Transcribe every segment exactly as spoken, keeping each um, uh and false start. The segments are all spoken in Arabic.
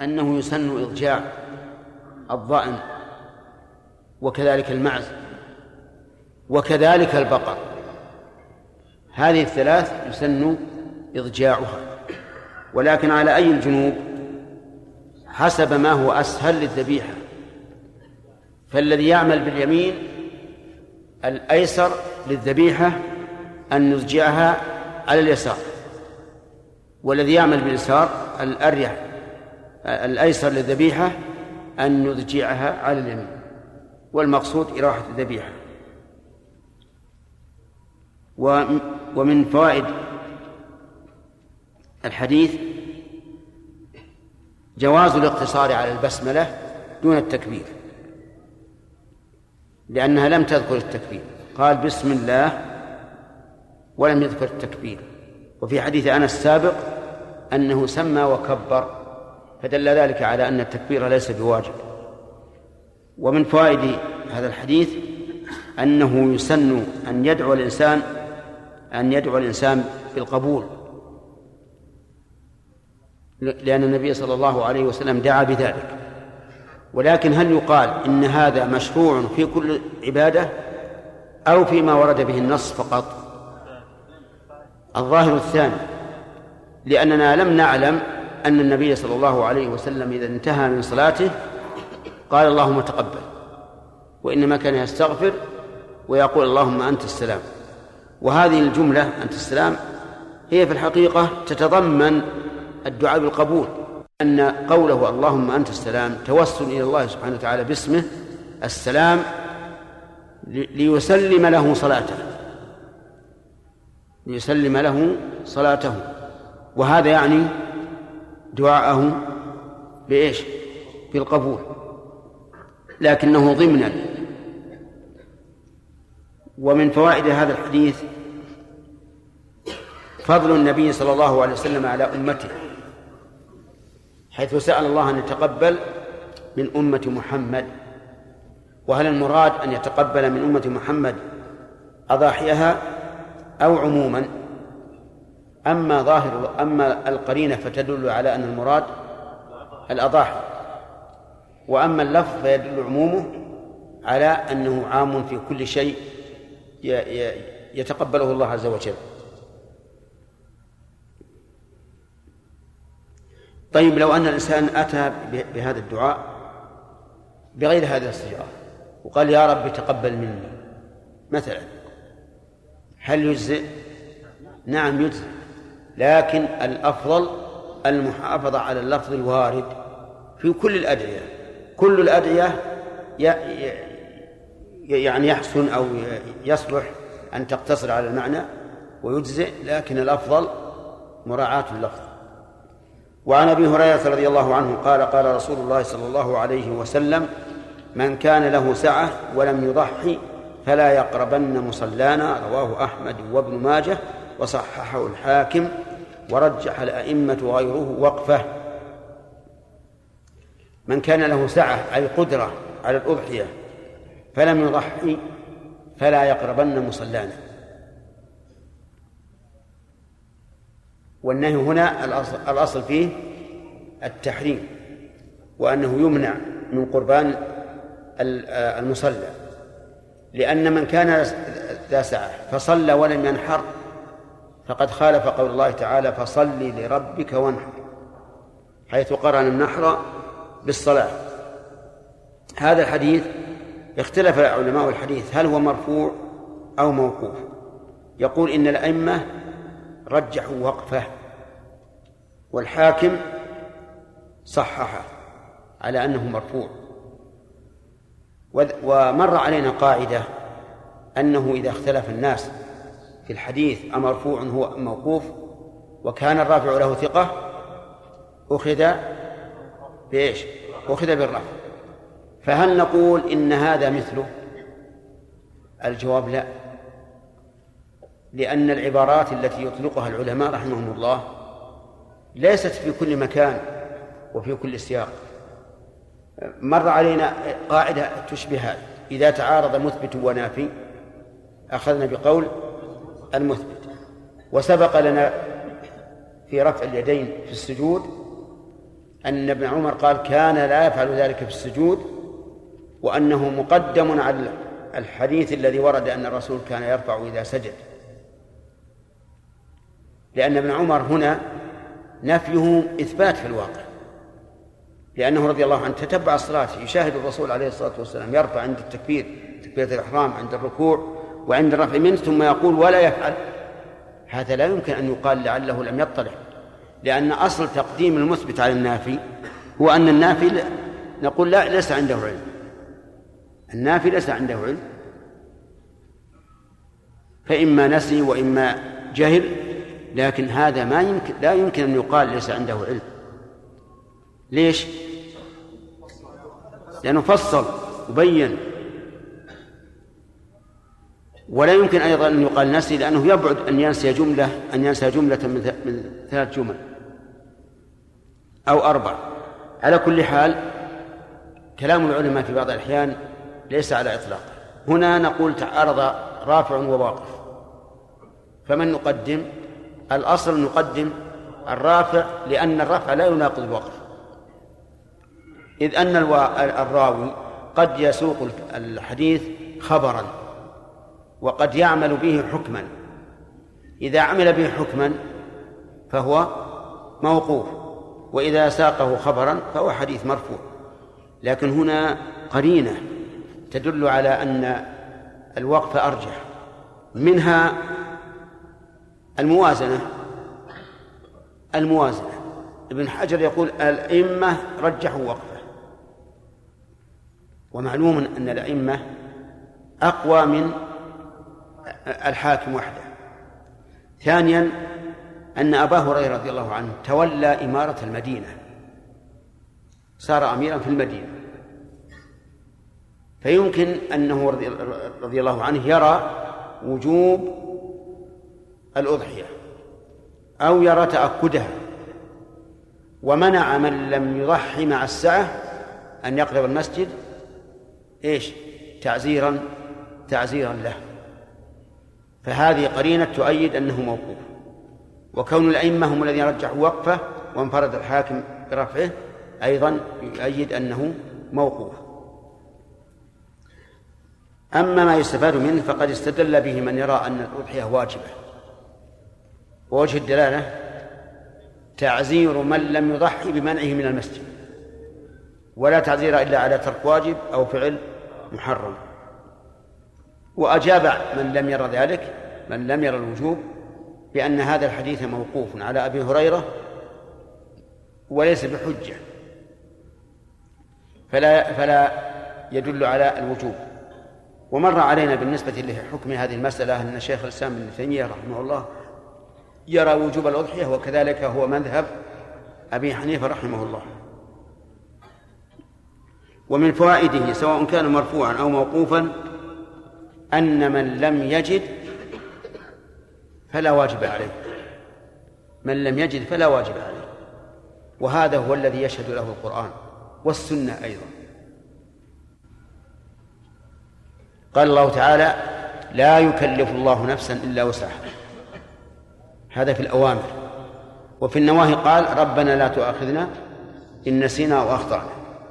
أنه يسن إضجاع الضأن وكذلك المعز وكذلك البقر، هذه الثلاث يسن إضجاعها، ولكن على أي الجنوب حسب ما هو أسهل للذبيحة. فالذي يعمل باليمين الأيسر للذبيحة أن نضجعها على اليسار، والذي يعمل باليسار الأريح الأيسر للذبيحة أن نضجعها على اليمين، والمقصود إراحة الذبيحة. ومن فوائد الحديث جواز الاقتصار على البسملة دون التكبير، لأنها لم تذكر التكبير، قال بسم الله ولم يذكر التكبير. وفي حديث أنس السابق أنه سمى وكبر، فدل ذلك على أن التكبير ليس بواجب. ومن فوائد هذا الحديث أنه يسن أن يدعو الإنسان أن يدعو الإنسان بالقبول، لأن النبي صلى الله عليه وسلم دعا بذلك. ولكن هل يقال إن هذا مشروع في كل عبادة أو فيما ورد به النص فقط؟ الظاهر الثاني، لأننا لم نعلم أن النبي صلى الله عليه وسلم إذا انتهى من صلاته قال اللهم تقبل، وإنما كان يستغفر ويقول اللهم أنت السلام. وهذه الجملة أنت السلام هي في الحقيقة تتضمن الدعاء بالقبول، أن قوله اللهم أنت السلام توسل إلى الله سبحانه وتعالى باسمه السلام ليسلم له صلاته ليسلم له صلاته وهذا يعني دعاءه بإيش؟ بالقبول، لكنه ضمنا. ومن فوائد هذا الحديث فضل النبي صلى الله عليه وسلم على أمته، حيث سأل الله أن يتقبل من أمة محمد. وهل المراد أن يتقبل من أمة محمد أضاحيها أو عموما؟ أما ظاهر أما القرينة فتدل على أن المراد الأضاحي، وأما اللفظ فيدل عمومه على أنه عام في كل شيء يتقبله الله عز وجل. طيب، لو أن الإنسان أتى بهذا الدعاء بغير هذه الصيغة وقال يا رب تقبل مني مثلا، هل يجزئ؟ نعم يجزئ، لكن الأفضل المحافظة على اللفظ الوارد في كل الأدعية. كل الأدعية يعني يحسن أو يصلح أن تقتصر على المعنى ويجزئ، لكن الأفضل مراعاة اللفظ. وعن أبي هريرة رضي الله عنه قال قال رسول الله صلى الله عليه وسلم من كان له سعة ولم يضحي فلا يقربن مصلانا، رواه أحمد وابن ماجه وصححه الحاكم ورجح الأئمة غيره وقفه. من كان له سعة أي قدرة على الأضحية فلم يضحي فلا يقربن مصلانا. والنهي هنا الأصل, الأصل فيه التحريم، وأنه يمنع من قربان المصلى، لأن من كان ذا سعة فصلى ولم ينحر فقد خالف قول الله تعالى فصل لربك وانحر، حيث قرن النحر بالصلاة. هذا الحديث اختلف علماء الحديث هل هو مرفوع أو موقوف. يقول إن الأئمة رجحوا وقفه، والحاكم صححه على أنه مرفوع. ومر علينا قاعدة أنه إذا اختلف الناس في الحديث أمرفوع هو موقوف وكان الرافع له ثقة أخذ بإيش؟ أخذ بالرفع. فهل نقول إن هذا مثله؟ الجواب لا، لأن العبارات التي يطلقها العلماء رحمهم الله ليست في كل مكان وفي كل سياق. مر علينا قاعدة تشبه هذا، إذا تعارض مثبت ونافي أخذنا بقول المثبت. وسبق لنا في رفع اليدين في السجود أن ابن عمر قال كان لا يفعل ذلك في السجود، وأنه مقدم على الحديث الذي ورد أن الرسول كان يرفع إذا سجد، لأن ابن عمر هنا نفيه إثبات في الواقع، لأنه رضي الله عنه تتبع الصلاة، يشاهد الرسول عليه الصلاة والسلام يرفع عند التكبير تكبيرة الإحرام، عند الركوع وعند الرفع منه، ثم يقول ولا يفعل. هذا لا يمكن أن يقال لعله لم يطلع، لأن أصل تقديم المثبت على النافي هو أن النافي نقول لا ليس عنده علم، النافي ليس عنده علم، فإما نسي وإما جهل، لكن هذا ما يمكن لا يمكن أن يقال ليس عنده علم. ليش؟ لأنه فصل وبين. ولا يمكن أيضا أن يقال نسي، لأنه يبعد أن ينسى جملة أن ينسى جملة من ثلاث جمل أو أربع. على كل حال كلام العلماء في بعض الأحيان ليس على إطلاق. هنا نقول تعارض رافع وواقف، فمن نقدم؟ الأصل نقدم الرافع، لأن الرفع لا يناقض الوقف، إذ أن الراوي قد يسوق الحديث خبرا وقد يعمل به حكما. إذا عمل به حكما فهو موقوف، وإذا ساقه خبرا فهو حديث مرفوع. لكن هنا قرينة تدل على أن الوقف أرجح، منها الموازنة. الموازنة ابن حجر يقول الأئمة رجحوا وقفه، ومعلوم أن الأئمة أقوى من الحاكم وحده. ثانيا أن أبا هريرة رضي الله عنه تولى إمارة المدينة، صار أميرا في المدينة، فيمكن أنه رضي الله عنه يرى وجوب الأضحية أو يرى تأكدها، ومنع من لم يضحي مع السعة أن يقرب المسجد إيش؟ تعزيرا تعزيرا له. فهذه قرينة تؤيد أنه موقوف، وكون الأئمة هم الذين رجحوا وقفه وانفرد الحاكم برفعه أيضا يؤيد أنه موقوف. أما ما يستفاد منه فقد استدل به من يرى أن الأضحية واجبة، ووجه الدلالة تعزير من لم يضحي بمنعه من المسجد، ولا تعزير إلا على ترك واجب أو فعل محرم. وأجاب من لم يرى ذلك، من لم يرى الوجوب، بأن هذا الحديث موقوف على أبي هريرة وليس بحجة، فلا, فلا يدل على الوجوب. ومر علينا بالنسبة لحكم هذه المسألة أن شيخ الإسلام ابن تيمية رحمه الله يرى وجوب الأضحية، وكذلك هو مذهب أبي حنيفة رحمه الله. ومن فوائده سواء كان مرفوعا أو موقوفا أن من لم يجد فلا واجب عليه، من لم يجد فلا واجب عليه، وهذا هو الذي يشهد له القرآن والسنة أيضا. قال الله تعالى لا يكلف الله نفسا إلا وسعها، هذا في الأوامر. وفي النواهي قال ربنا لا تؤاخذنا إن نسينا أو أخطأنا.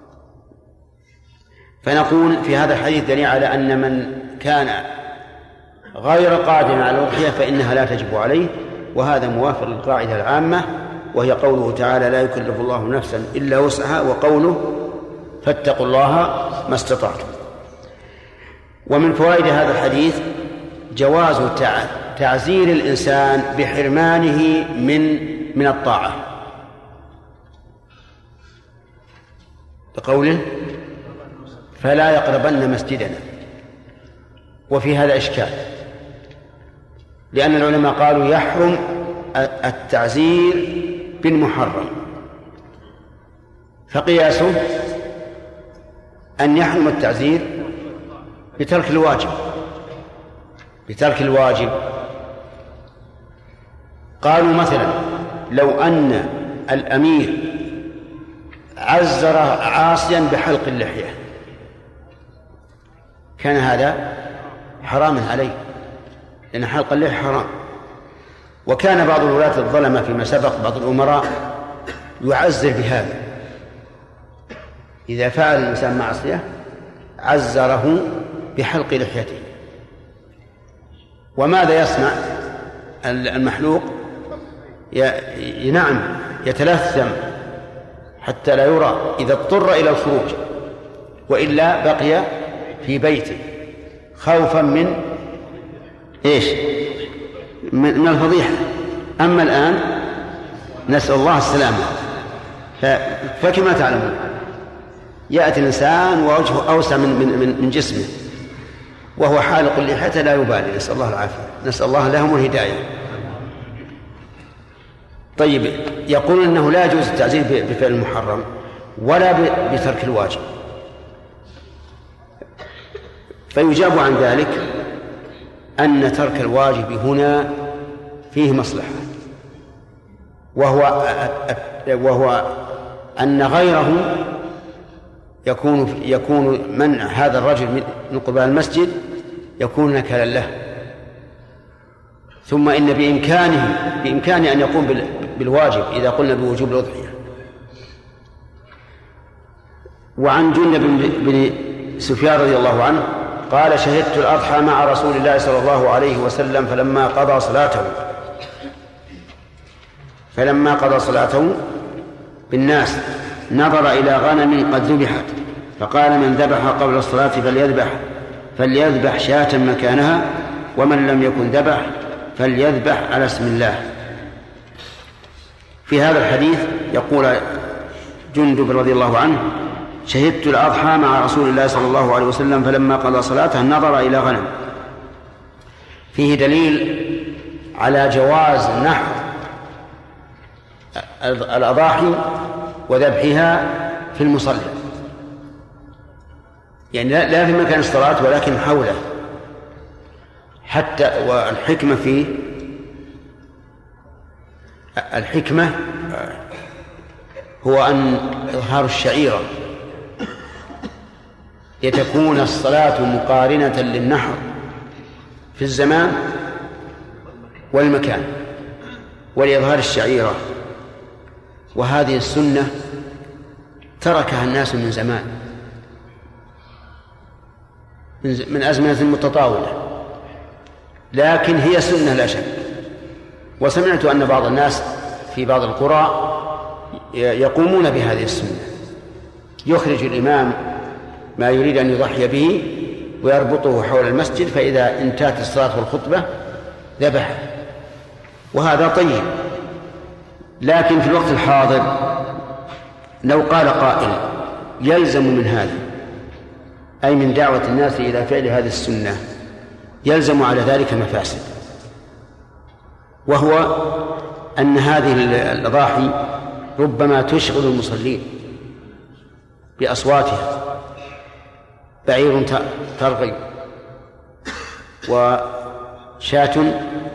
فنقول في هذا الحديث دليل على أن من كان غير قادر على الأضحية فإنها لا تجب عليه، وهذا موافق للقاعدة العامة، وهي قوله تعالى لا يكلف الله نفسا إلا وسعها، وقوله فاتقوا الله ما استطعتم. ومن فوائد هذا الحديث جواز تعزير الإنسان بحرمانه من من الطاعة، بقوله فلا يقربن مسجدنا. وفي هذا إشكال، لأن العلماء قالوا يحرم التعزير بالمحرم، فقياسه أن يحرم التعزير بترك الواجب بترك الواجب قالوا مثلا لو أن الأمير عزر عاصيا بحلق اللحية كان هذا حراما عليه، لأن حلق اللحية حرام. وكان بعض الولاة الظلمة فيما سبق بعض الأمراء يعزر بهذا، إذا فعل الإنسان معصية عزره بحلق لحيته. وماذا يصنع المحلوق؟ نعم يتلثم حتى لا يرى إذا اضطر إلى الخروج، وإلا بقي في بيته خوفا من إيش؟ من الفضيحة. أما الآن نسأل الله السلامة. فكما تعلمون يأتي الإنسان ووجهه أوسع من, من, من جسمه وهو حالق اللحية لا يبالي، نسأل الله العافية، نسأل الله لهم الهداية. طيب، يقول أنه لا يجوز التعزير بفعل المحرم ولا بترك الواجب، فيجاب عن ذلك أن ترك الواجب هنا فيه مصلحة، وهو وهو أن غيره يكون يكون منع هذا الرجل من قبال المسجد يكون نكالا له، ثم إن بإمكانه بإمكانه أن يقوم بالواجب إذا قلنا بوجوب الأضحية. وعن جندب بن سفيان رضي الله عنه قال: شهدت الأضحى مع رسول الله صلى الله عليه وسلم فلما قضى صلاته فلما قضى صلاته بالناس نظر إلى غنم قد ذبحت فقال: من ذبح قبل الصلاة فليذبح فليذبح شاة مكانها، ومن لم يكن ذبح فليذبح على اسم الله. في هذا الحديث يقول جندب رضي الله عنه: شهدت الأضحى مع رسول الله صلى الله عليه وسلم فلما قضى صلاته نظر إلى غنم. فيه دليل على جواز نحر الأضاحي وذبحها في المصلى، يعني لا في مكان الصلاة ولكن حوله. حتى والحكمة فيه الحكمة هو أن إظهار الشعيرة يتكون الصلاة مقارنة للنحر في الزمان والمكان ولإظهار الشعيرة. وهذه السنة تركها الناس من زمان، من أزمنة متطاولة، لكن هي سنة لا شك. وسمعت أن بعض الناس في بعض القرى يقومون بهذه السنة، يخرج الإمام ما يريد أن يضحي به ويربطه حول المسجد، فإذا انتهت الصلاة والخطبة ذبح، وهذا طيب. لكن في الوقت الحاضر لو قال قائل يلزم من هذا، أي من دعوة الناس إلى فعل هذه السنة، يلزم على ذلك مفاسد، وهو أن هذه الأضاحي ربما تشغل المصلين بأصواتها، بعير ترغي وشاة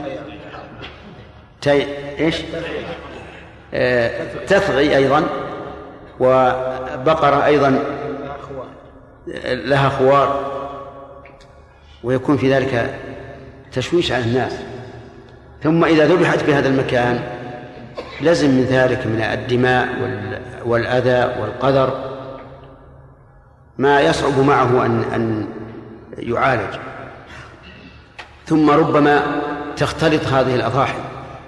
تي... إيش؟ آه... تثغي أيضا، وبقرة أيضا لها خوار، ويكون في ذلك تشويش على الناس. ثم إذا ذبحت في هذا المكان لازم من ذلك من الدماء والأذى والقدر ما يصعب معه أن أن يعالج. ثم ربما تختلط هذه الأضاحي،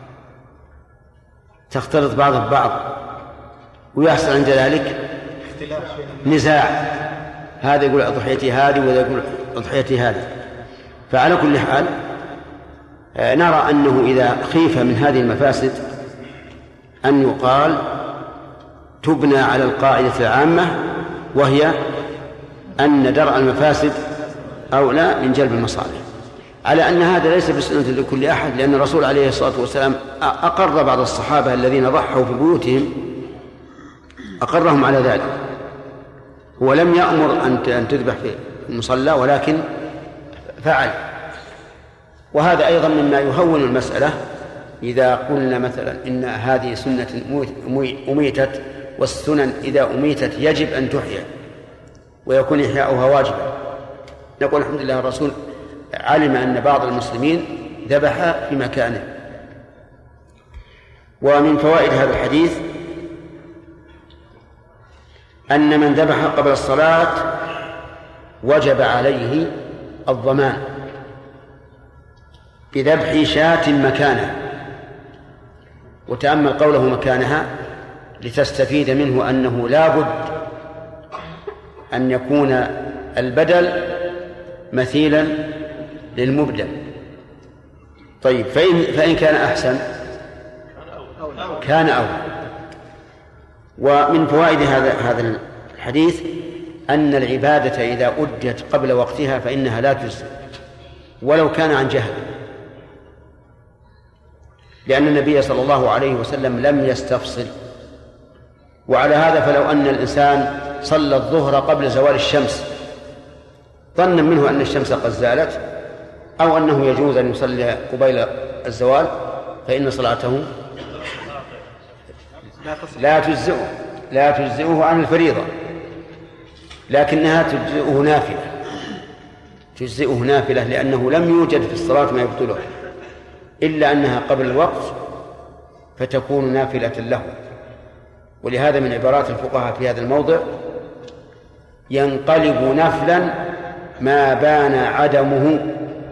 تختلط بعضها ببعض، ويحصل عند ذلك نزاع، هذا يقول أضحيتي هذه وهذا يقول أضحيتي هذه. فعلى كل حال نرى أنه إذا خيف من هذه المفاسد أن يقال تبنى على القاعدة العامة، وهي أن درء المفاسد أولى من جلب المصالح، على أن هذا ليس بسنة لكل أحد، لأن الرسول عليه الصلاة والسلام أقر بعض الصحابة الذين ضحوا في بيوتهم، أقرهم على ذلك. هو لم يأمر أن تذبح في المصلى ولكن فعل. وهذا أيضا مما يهون المسألة إذا قلنا مثلا إن هذه سنة أميتت، والسنن إذا أميتت يجب أن تحيى ويكون إحياؤها واجبا، نقول الحمد لله الرسول علم أن بعض المسلمين ذبح في مكانه. ومن فوائد هذا الحديث أن من ذبح قبل الصلاة وجب عليه الضمان بذبح شاة مكانه. وتأمل قوله مكانها لتستفيد منه أنه لا بد أن يكون البدل مثيلا للمبدل. طيب فإن, فإن كان أحسن كان أولى. ومن فوائد هذا هذا الحديث أن العبادة إذا أدت قبل وقتها فإنها لا تجزي ولو كان عن جهل، لأن النبي صلى الله عليه وسلم لم يستفصل. وعلى هذا فلو أن الإنسان صلى الظهر قبل زوال الشمس ظنا منه أن الشمس قد زالت أو أنه يجوز أن يصلي قبيل الزوال فإن صلاته لا تجزئه لا تجزئه عن الفريضة، لكنها تجزئه نافلة تجزئه نافلة لأنه لم يوجد في الصلاة ما يبطلها إلا أنها قبل الوقت فتكون نافلة له. ولهذا من عبارات الفقهاء في هذا الموضع ينقلب نفلا ما بان عدمه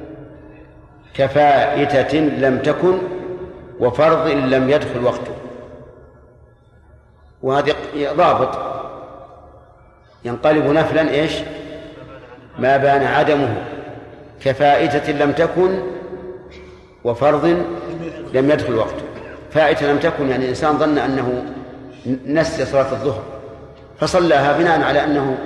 كفائتة لم تكن وفرض لم يدخل وقته. وهذا ضابط، ينقلب نفلا إيش؟ ما بان عدمه كفائتة لم تكن وفرض لم يدخل وقته. فائتة لم تكن يعني الإنسان ظن أنه نسي صلاة الظهر فصلاها بناء على أنه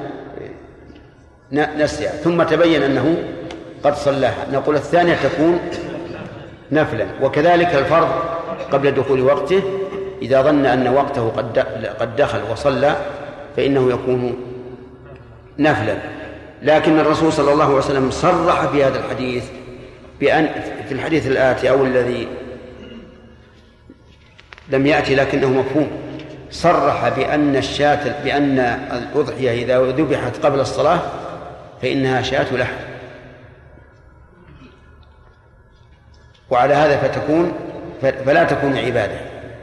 نسي ثم تبين أنه قد صلاها، نقول الثانية تكون نفلا. وكذلك الفرض قبل دخول وقته إذا ظن أن وقته قد دخل وصلى فإنه يكون نفلا. لكن الرسول صلى الله عليه وسلم صرح في هذا الحديث بأن في الحديث الآتي أو الذي لم يأتي لكنه مفهوم، صرح بأن الشاة بأن الأضحية إذا ذبحت قبل الصلاة فإنها شاة لحم. وعلى هذا فتكون فلا تكون عبادة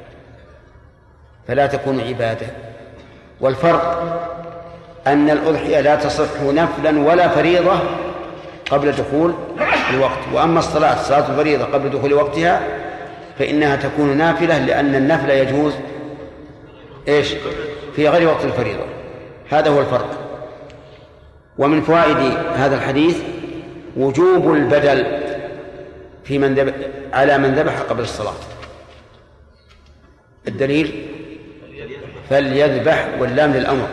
فلا تكون عبادة. والفرق أن الأضحية لا تصح نفلا ولا فريضة قبل دخول الوقت، وأما الصلاة صلاة الفريضة قبل دخول وقتها فإنها تكون نافلة لأن النفل يجوز إيش في غير وقت الفريضة. هذا هو الفرق. ومن فوائد هذا الحديث وجوب البدل في من ذبح على من ذبح قبل الصلاة. الدليل فليذبح واللام للأمر.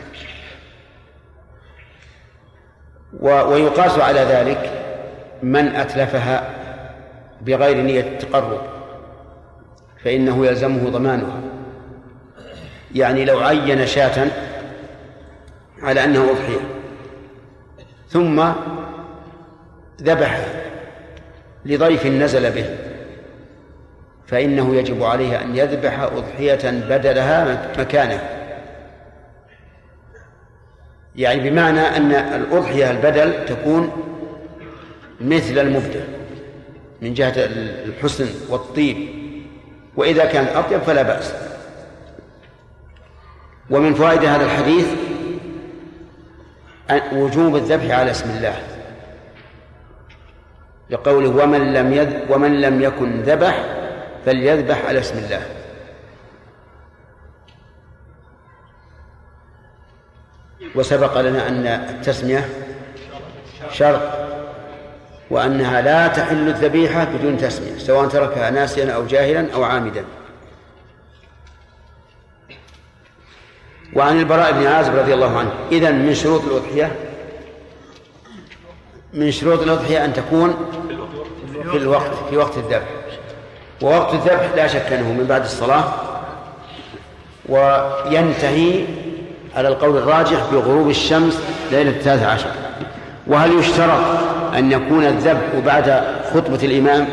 ويقاس على ذلك من أتلفها بغير نية التقرب فإنه يلزمه ضمانها. يعني لو عين شاة على أنه أضحية ثم ذبح لضيف نزل به فإنه يجب عليه أن يذبح أضحية بدلها مكانه. يعني بمعنى أن الأضحية البدل تكون مثل المبدل من جهة الحسن والطيب، وإذا كان أطيب فلا بأس. ومن فوائد هذا الحديث وجوب الذبح على اسم الله لقوله ومن لم يذ ومن لم يكن ذبح فليذبح على اسم الله. وسبق لنا أن التسمية شرط وأنها لا تحل الذبيحة بدون تسمية سواء تركها ناسيا أو جاهلا أو عامدا. وعن البراء بن عازب رضي الله عنه إذن من شروط الأضحية من شروط الأضحية أن تكون في الوقت في وقت الذبح. ووقت الذبح لا شك أنه من بعد الصلاة وينتهي على القول الراجح بغروب الشمس ليلة الثالث عشر. وهل يشترط أن يكون الذبح بعد خطبة الإمام؟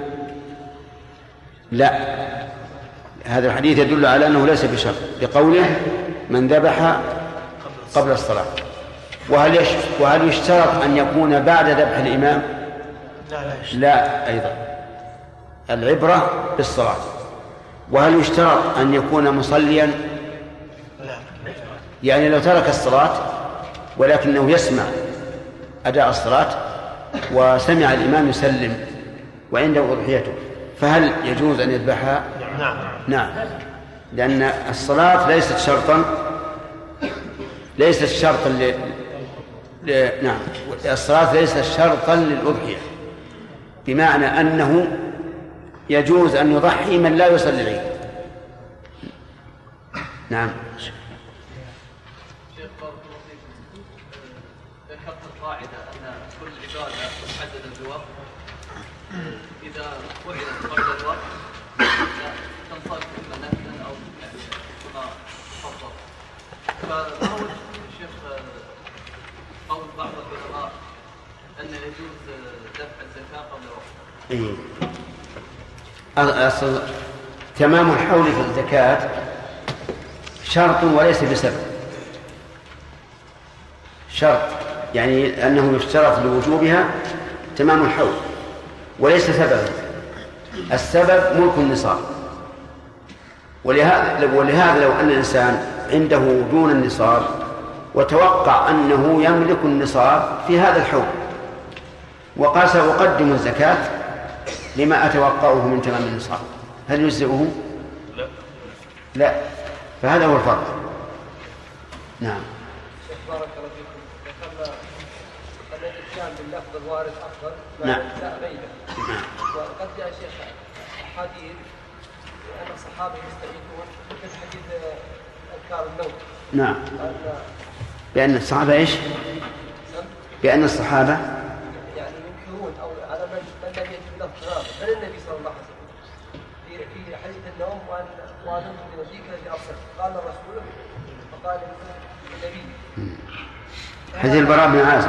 لا، هذا الحديث يدل على أنه ليس بشرط لقوله من ذبح قبل الصلاة. وهل وهل يشترط أن يكون بعد ذبح الإمام؟ لا أيضا، العبرة بالصلاة. وهل يشترط أن يكون مصليا؟ يعني لو ترك الصلاة ولكنه يسمع أداء الصلاة وسمع الإمام يسلم وعنده أضحيته، فهل يجوز أن يذبحها؟ نعم نعم، لأن الصلاة ليست شرطا ليست شرطا ل... ل... نعم الصلاة ليست شرطا للأضحية، بمعنى أنه يجوز أن يضحي من لا يصلي العيد. نعم. شيخ بارك الله فيكم، ذكرت القاعدة أن كل عبادة محددة بوقت إذا فعلت قبل الوقت تنصرف إما نفلا أو كما تفضل. فما وجه الشيخ قول بعض العلماء أن يجوز دفع الزكاة قبل الوقت؟ إيه. أصل تمام الحول في الزكاة شرط وليس بسبب. شرط يعني أنه يشترط لوجوبها تمام الحول وليس سببا. السبب ملك النصاب، ولهذا ولهذا لو أن الإنسان عنده دون النصاب وتوقع أنه يملك النصاب في هذا الحول وقال سأقدم الزكاة لما أتوقعه من تمام النصاب، هل يجزئه؟ لا لا، فهذا هو الفرق. نعم. بارك الله فيكم. ذكرنا أن الإتيان باللفظ الوارد أفضل ما نعم. لا غيره. نعم. وقد جاء شيخ أحاديث أن الصحابة يستعيدون مثل حديث أذكار النوم. نعم. بأن الصحابة إيش؟ بأن الصحابة يعني ينكرون أو على من من لم يجد له تماما بل النبي صلى الله عليه وسلم في في حديث النوم وأن وأنتم بنبيك الذي أرسلت قال الرسول فقال النبي. حديث البراء بن عازب.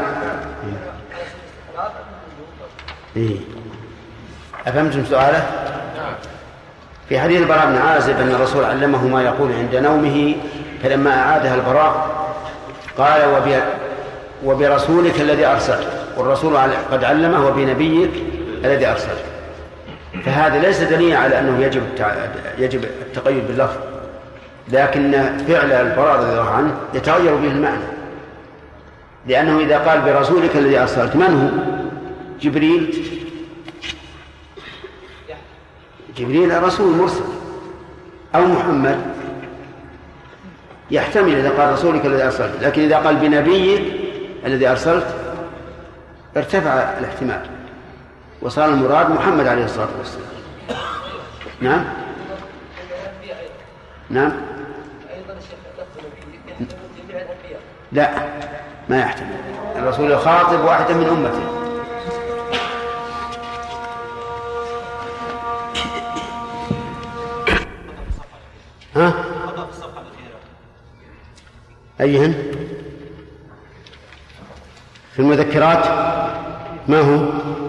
إيه. أفهمتم سؤاله؟ في حديث البراء بن عازب أن الرسول علمه ما يقول عند نومه، فلما أعادها البراء قال وبرسولك الذي أرسلت، والرسول قد علمه وبنبيك الذي أرسلت. فهذا ليس دليل على أنه يجب يجب التقيد باللفظ، لكن فعل البراء رضي الله عنه يتغير به المعنى، لأنه إذا قال برسولك الذي أرسلت من هو؟ جبريل. جبريل رسول مرسل، أو محمد، يحتمل إذا قال رسولك الذي أرسلت، لكن إذا قال بنبيك الذي أرسلت ارتفع الاحتمال وصار المراد محمد عليه الصلاة والسلام. نعم. نعم. لا، ما يحتمل. الرسول يخاطب واحدا من أمته. ها؟ أيهن؟ في المذكرات ما هو؟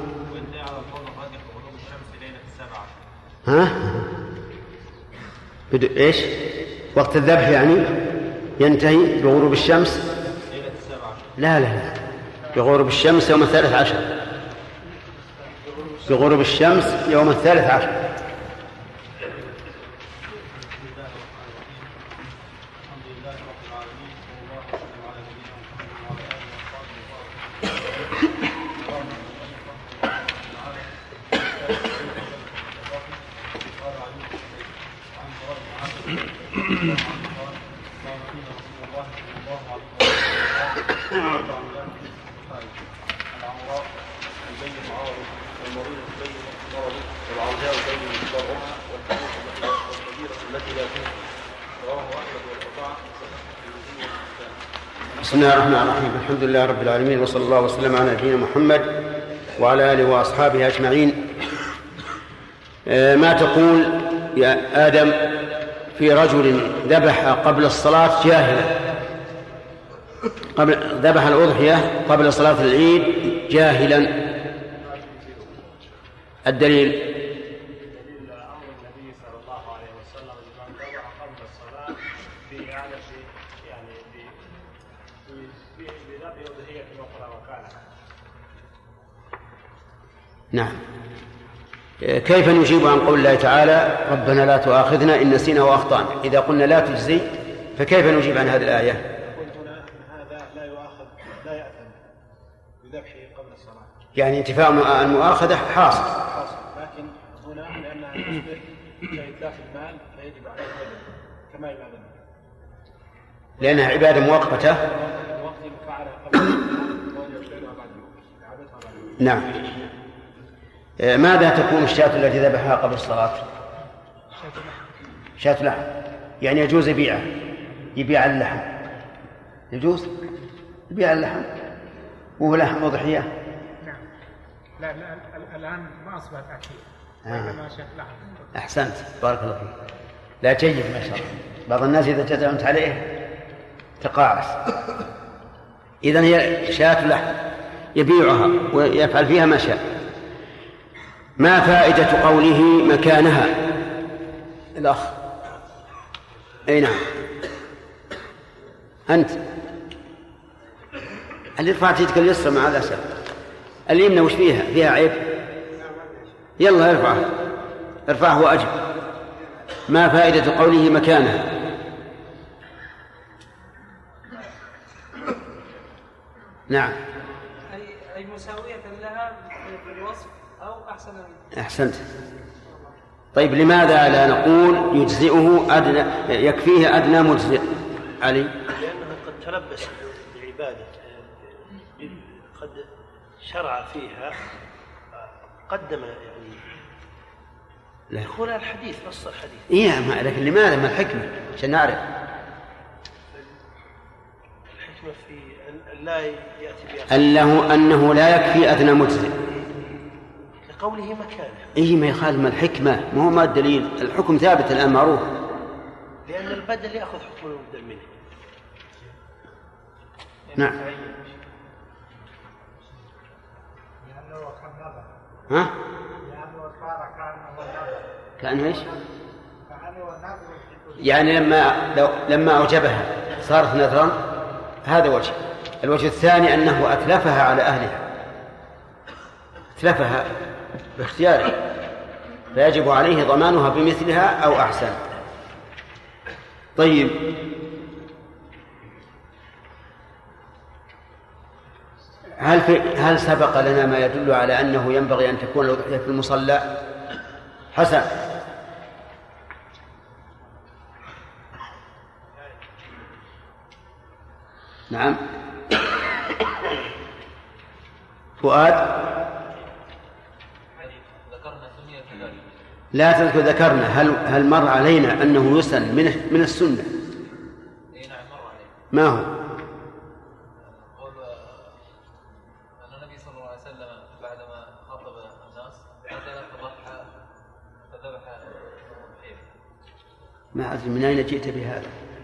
ها؟ بدو إيش؟ وقت الذبح يعني ينتهي بغروب الشمس؟ لا لا لا، بغروب الشمس يوم الثالث عشر. بغروب الشمس يوم الثالث عشر. بسم الله الرحمن الرحيم. الحمد لله رب العالمين، وصلى الله وسلم على نبينا محمد وعلى آله وأصحابه أجمعين. ما تقول يا آدم في رجل ذبح قبل الصلاة جاهلا، قبل ذبح الأضحية قبل صلاة العيد جاهلا؟ الدليل نعم. كيف نجيب عن قول الله تعالى ربنا لا تؤاخذنا إن نسينا وأخطأنا؟ إذا قلنا لا تجزي فكيف نجيب عن هذه الآية؟ بذبحه قبل الصلاة. يعني انتفاء المؤاخذة حاصل. حاصل، لكن هنا لأنها تصبح كإتلاف المال فيجب عليه الهدم كما يبادر. لأنها عبادة مؤقتة. نعم. ماذا تكون الشاة التي ذبحها قبل الصلاة؟ شاة لحم، يعني يجوز يبيعها، يبيع اللحم، يجوز يبيع اللحم وهو لحم وضحية. نعم. لا لا الآن ما أصبحت أكيد. آه. ما شاء لحم. أحسنت، بارك الله فيك. لا جيد ما شاء الله. بعض الناس إذا جزمت عليه تقاعس. إذن هي شاة لحم يبيعها ويفعل فيها ما شاء. ما فائدة قوله مكانها؟ الأخ. أي نعم. أنت اللي رفعت يدك اليسرى مع الأسف. اليمنى وش فيها؟ فيها عيب؟ يلا ارفعه ارفعه وأجب. ما فائدة قوله مكانها؟ نعم. أي مساوية لها في الوصف أو أحسن منها. أحسنت. طيب لماذا لا نقول يجزئه أدنى يكفيه أدنى مجزئ؟ علي. لأنه قد تلبس بعبادة قد شرع فيها قدم يعني لا يقول الحديث نص الحديث. إيه ما لكن لماذا؟ ما الحكمة عشان نعرف. الحكمة في لا يأتي بها أنه أنه لا يكفي أدنى مجزئ لقوله مكانه. إيه ما يخالف ما الحكمة، ما هو ما الدليل؟ الحكم ثابت الآن معروف. لأن البدل يأخذ حكم المبدل منه. نعم. ها؟ كأنه إيش؟ يعني لما لو لما أوجبها صارت نذرا، هذا وجه. الوجه الثاني أنه أتلفها على أهلها، أتلفها باختياره، فيجب عليه ضمانها بمثلها أو أحسن. طيب هل في هل سبق لنا ما يدل على أنه ينبغي أن تكون الأضحية في المصلى؟ حسن. نعم. فؤاد. لا تذكر ذكرنا. هل هل مر علينا أنه يسن من من السنة؟ ما هو؟ أن النبي صلى الله عليه وسلم بعدما خاطب الناس نزل فضحى فذبح الضحية. ما أدري من أين جئت بهذا.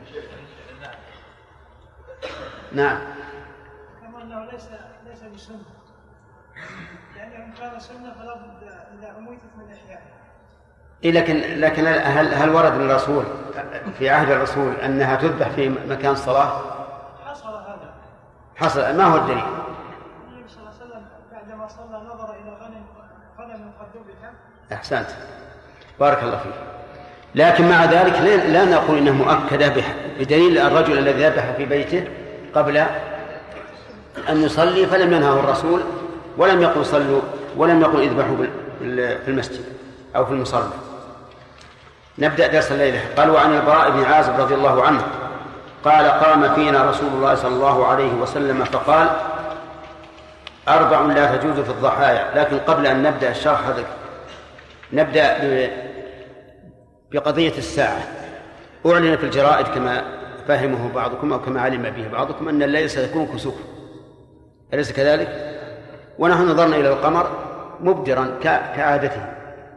نعم. كما أنه ليس ليس بسنة، يعني إن كان سنة فلا بد إذا أميتت من إحيائها. إيه لكن لكن هل هل ورد من الرسول في عهد الرسول أنها تذبح في مكان الصلاة؟ حصل هذا. حصل. ما هو الدليل؟ النبي صلى الله عليه وسلم بعدما صلى نظر إلى غنم غنم قد ذبح. أحسنت، بارك الله فيك. لكن مع ذلك لا نقول إنه مؤكدة بدليل الرجل الذي ذبح في بيته قبل أن يصلي فلم ينهه الرسول ولم يقل صلوا ولم يقل اذبحوا في المسجد أو في المصلى. نبدأ درس الليلة. قال: وعن البراء بن عازب رضي الله عنه قال: قام فينا رسول الله صلى الله عليه وسلم فقال: أربع لا تجوز في الضحايا. لكن قبل أن نبدأ الشرح هذا نبدأ بقضية الساعة. أعلن في الجرائد كما فهمه بعضكم أو كما علم به بعضكم أن الليل سيكون كسوف، أليس كذلك؟ ونحن نظرنا إلى القمر مبدرا كعادته،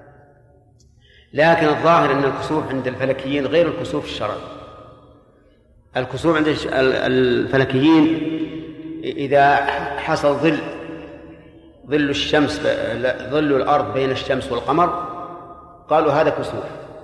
لكن الظاهر أن الكسوف عند الفلكيين غير الكسوف الشرعي. الكسوف عند الفلكيين إذا حصل ظل ظل الشمس ظل الأرض بين الشمس والقمر قالوا هذا كسوف،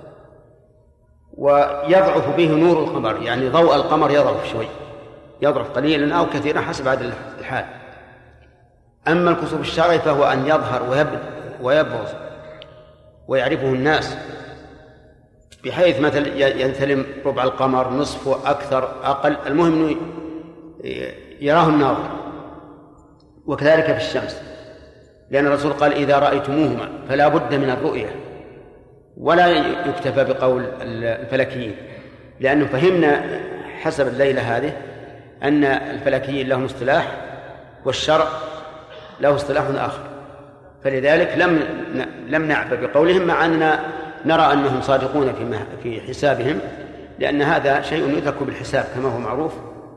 ويضعف به نور القمر، يعني ضوء القمر يضعف شوي، يضعف قليلا أو كثيرا حسب هذا الحال. أما الكسوف الشرعي فهو أن يظهر ويبرز ويعرفه الناس، بحيث مثل ينثلم ربع القمر، نصفه، أكثر، أقل، المهم أنه يراه الناظر. وكذلك في الشمس، لأن الرسول قال إذا رأيتموهما فلا بد من الرؤية، ولا يكتفى بقول الفلكيين، لأنه فهمنا حسب الليلة هذه أن الفلكيين لهم اصطلاح والشرع له اصطلاح آخر، فلذلك لم لم نعبأ بقولهم، مع أننا نرى أنهم صادقون في في حسابهم، لأن هذا شيء يدرك بالحساب كما هو معروف.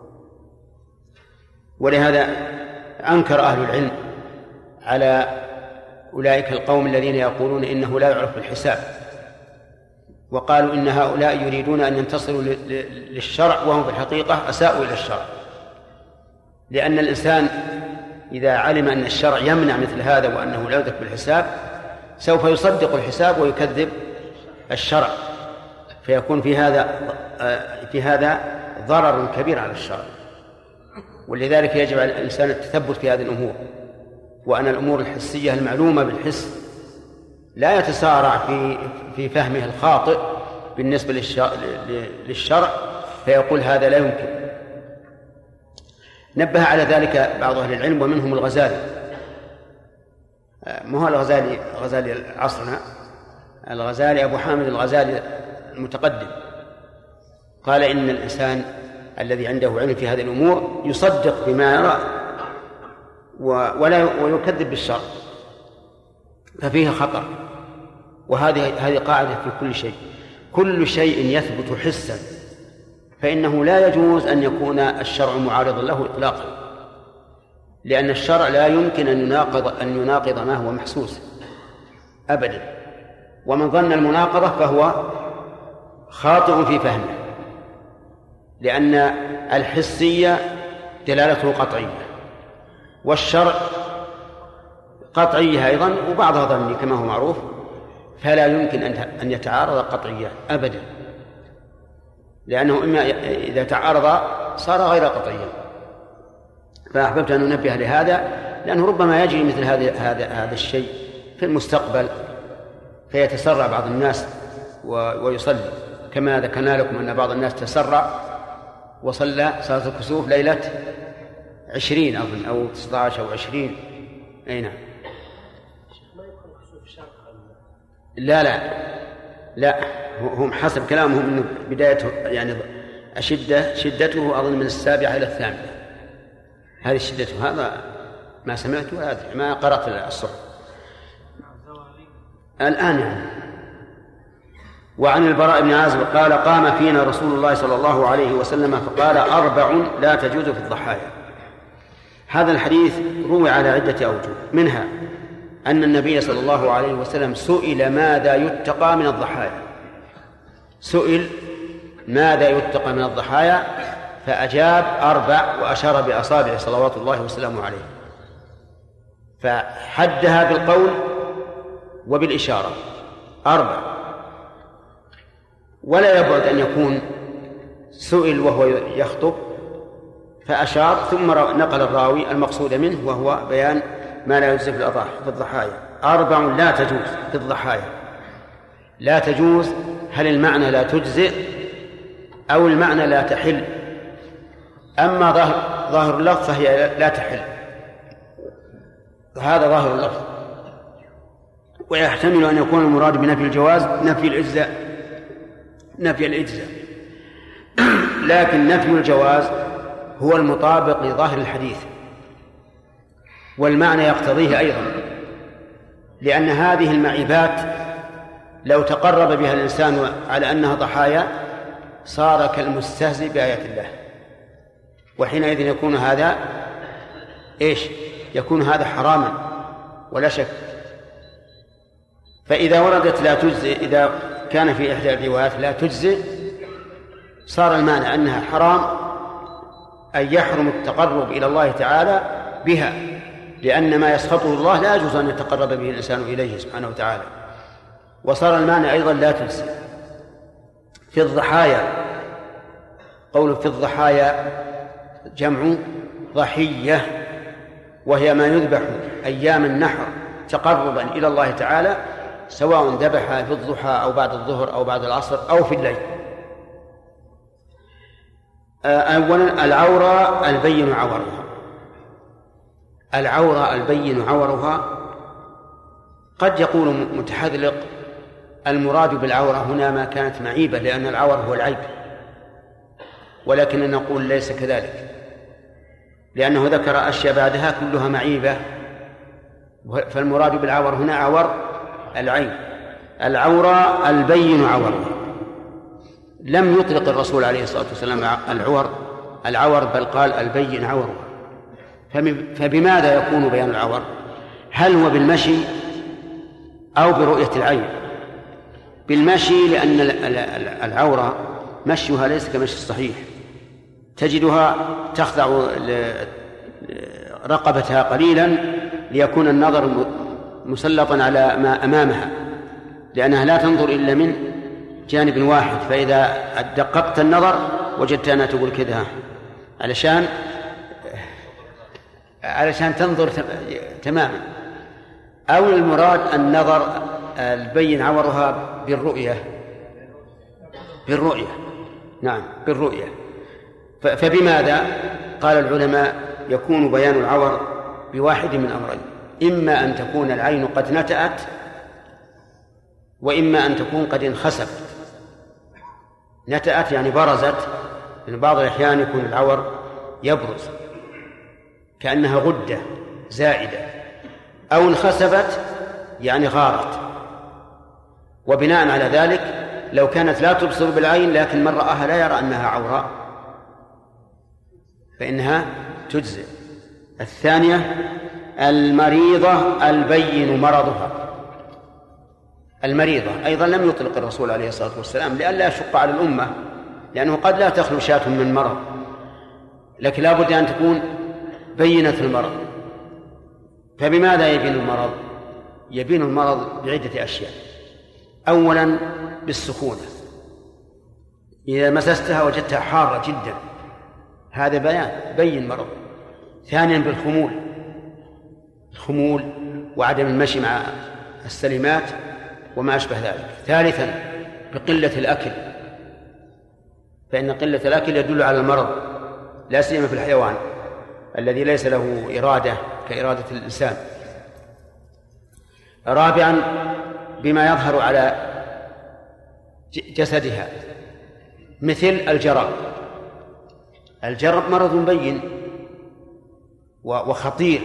ولهذا أنكر أهل العلم على أولئك القوم الذين يقولون إنه لا يعرف بالحساب، وقالوا إن هؤلاء يريدون أن ينتصروا للشرع وهم في الحقيقة أساءوا إلى الشرع، لأن الإنسان إذا علم أن الشرع يمنع مثل هذا وأنه لا يدرك بالحساب سوف يصدق الحساب ويكذب الشرع، فيكون في هذا في هذا ضرر كبير على الشرع. ولذلك يجب على الإنسان التثبت في هذه الأمور، وأن الأمور الحسية المعلومة بالحس لا يتسارع في في فهمه الخاطئ بالنسبة للشرع فيقول هذا لا يمكن. نبه على ذلك بعض أهل العلم ومنهم الغزالي، ما هو الغزالي غزالي عصرنا، الغزالي أبو حامد الغزالي المتقدم، قال إن الإنسان الذي عنده علم في هذه الأمور يصدق بما يرى ولا ويكذب بالشرع، ففيه خطر. وهذه هذه قاعدة في كل شيء، كل شيء يثبت حسا فإنه لا يجوز أن يكون الشرع معارضا له إطلاقا، لأن الشرع لا يمكن أن يناقض أن يناقض ما هو محسوس أبدا، ومن ظن المناقضة فهو خاطئ في فهمه، لأن الحسية دلالته قطعية والشرع قطعية أيضا وبعضها ظني كما هو معروف، فلا يمكن أن يتعارض قطعية أبدا، لأنه إما إذا تعارض صار غير قطعيا. فأحببت أن أنبه لهذا، لأنه ربما يجري مثل هذا هذا هذا الشيء في المستقبل فيتسرع بعض الناس ويصلي، كما ذكرنا لكم أن بعض الناس تسرع وصلى صلاة الكسوف ليلة عشرين أظن أو تسعة عشر أو عشرين. أي نعم. لا لا لا هم حسب كلامهم أنه بدايته يعني أشدة شدته أظن من السابعة إلى الثامنة، هذه شدته، هذا ما سمعت ولا أدري ما قرأت الصحف الآن يعني. وعن البراء بن عازب قال قام فينا رسول الله صلى الله عليه وسلم فقال أربع لا تجوز في الضحايا. هذا الحديث روي على عدة أوجه، منها أن النبي صلى الله عليه وسلم سئل ماذا يتقى من الضحايا، سئل ماذا يتقى من الضحايا فأجاب أربع وأشار بأصابع صلوات الله وسلامه عليه، فحدها بالقول وبالإشارة أربع. ولا يبعد أن يكون سئل وهو يخطب فأشار ثم نقل الراوي المقصود منه وهو بيان ما لا يجوز في الضحايا. أربع لا تجوز في الضحايا، لا تجوز هل المعنى لا تجزئ أو المعنى لا تحل؟ أما ظاهر, ظاهر اللفظ فهي لا تحل، هذا ظاهر اللفظ، ويحتمل أن يكون المراد بنفي الجواز نفي الإجزاء نفي الإجزاء لكن نفي الجواز هو المطابق لظاهر الحديث، والمعنى يقتضيه أيضا، لأن هذه المعيبات لو تقرب بها الإنسان على أنها ضحايا صار كالمستهزئ بآيات الله، وحينئذ يكون هذا إيش؟ يكون هذا حراما ولا شك. فإذا وردت لا تجزئ، إذا كان في إحدى الروايات لا تجزئ صار المعنى أنها حرام، أن يحرم التقرب إلى الله تعالى بها، لأن ما يسخطه الله لا يجوز أن يتقرب به الإنسان إليه سبحانه وتعالى. وصار المعنى أيضا لا تجزئ. في الضحايا، قول في الضحايا جمع ضحية، وهي ما يذبح أيام النحر تقربا إلى الله تعالى، سواء ذبح في الضحى أو بعد الظهر أو بعد العصر أو في الليل. أولا العورة البين عورها، العورة البين عورها، قد يقول متحذلق المراد بالعورة هنا ما كانت معيبة لأن العور هو العيب، ولكن نقول ليس كذلك، لأنه ذكر أشياء بعدها كلها معيبة، فالمراد بالعور هنا عور العيب. العورة البين عورها، لم يطلق الرسول عليه الصلاة والسلام العور العور بل قال البين عورها. فبماذا يكون بيان العور؟ هل هو بالمشي أو برؤية العين؟ بالمشي، لأن العورة مشيها ليس كمشي الصحيح، تجدها تخضع رقبتها قليلا ليكون النظر مسلطا على ما أمامها، لأنها لا تنظر إلا من جانب واحد، فإذا دققت النظر وجدت أنها تقول كذا علشان علشان تنظر تماما. أو المراد النظر البين عورها بالرؤية بالرؤية نعم بالرؤية. فبماذا؟ قال العلماء يكون بيان العور بواحد من أمرين: إما أن تكون العين قد نتأت، وإما أن تكون قد انخسفت. نتأت يعني برزت، لأن بعض الأحيان يكون العور يبرز كأنها غدة زائدة، أو انخسفت يعني غارت. وبناء على ذلك لو كانت لا تبصر بالعين لكن من رآها لا يرى أنها عوراء فإنها تجزئ. الثانية المريضة البين مرضها. المريضة أيضا لم يطلق الرسول عليه الصلاة والسلام لئلا يشق على الأمة، لأنه قد لا تخلو شاة من مرض، لكن لا بد أن تكون بينة المرض. فبماذا يبين المرض؟ يبين المرض بعدة أشياء. أولا بالسخونة، إذا مسستها وجدتها حارة جدا هذا بيان بين مرض. ثانيا بالخمول، الخمول وعدم المشي مع السلمات وما أشبه ذلك. ثالثا بقلة الأكل، فإن قلة الأكل يدل على المرض، لا سيما في الحيوان الذي ليس له إرادة كإرادة الإنسان. رابعا بما يظهر على جسدها مثل الجرب. الجرب مرض بين وخطير،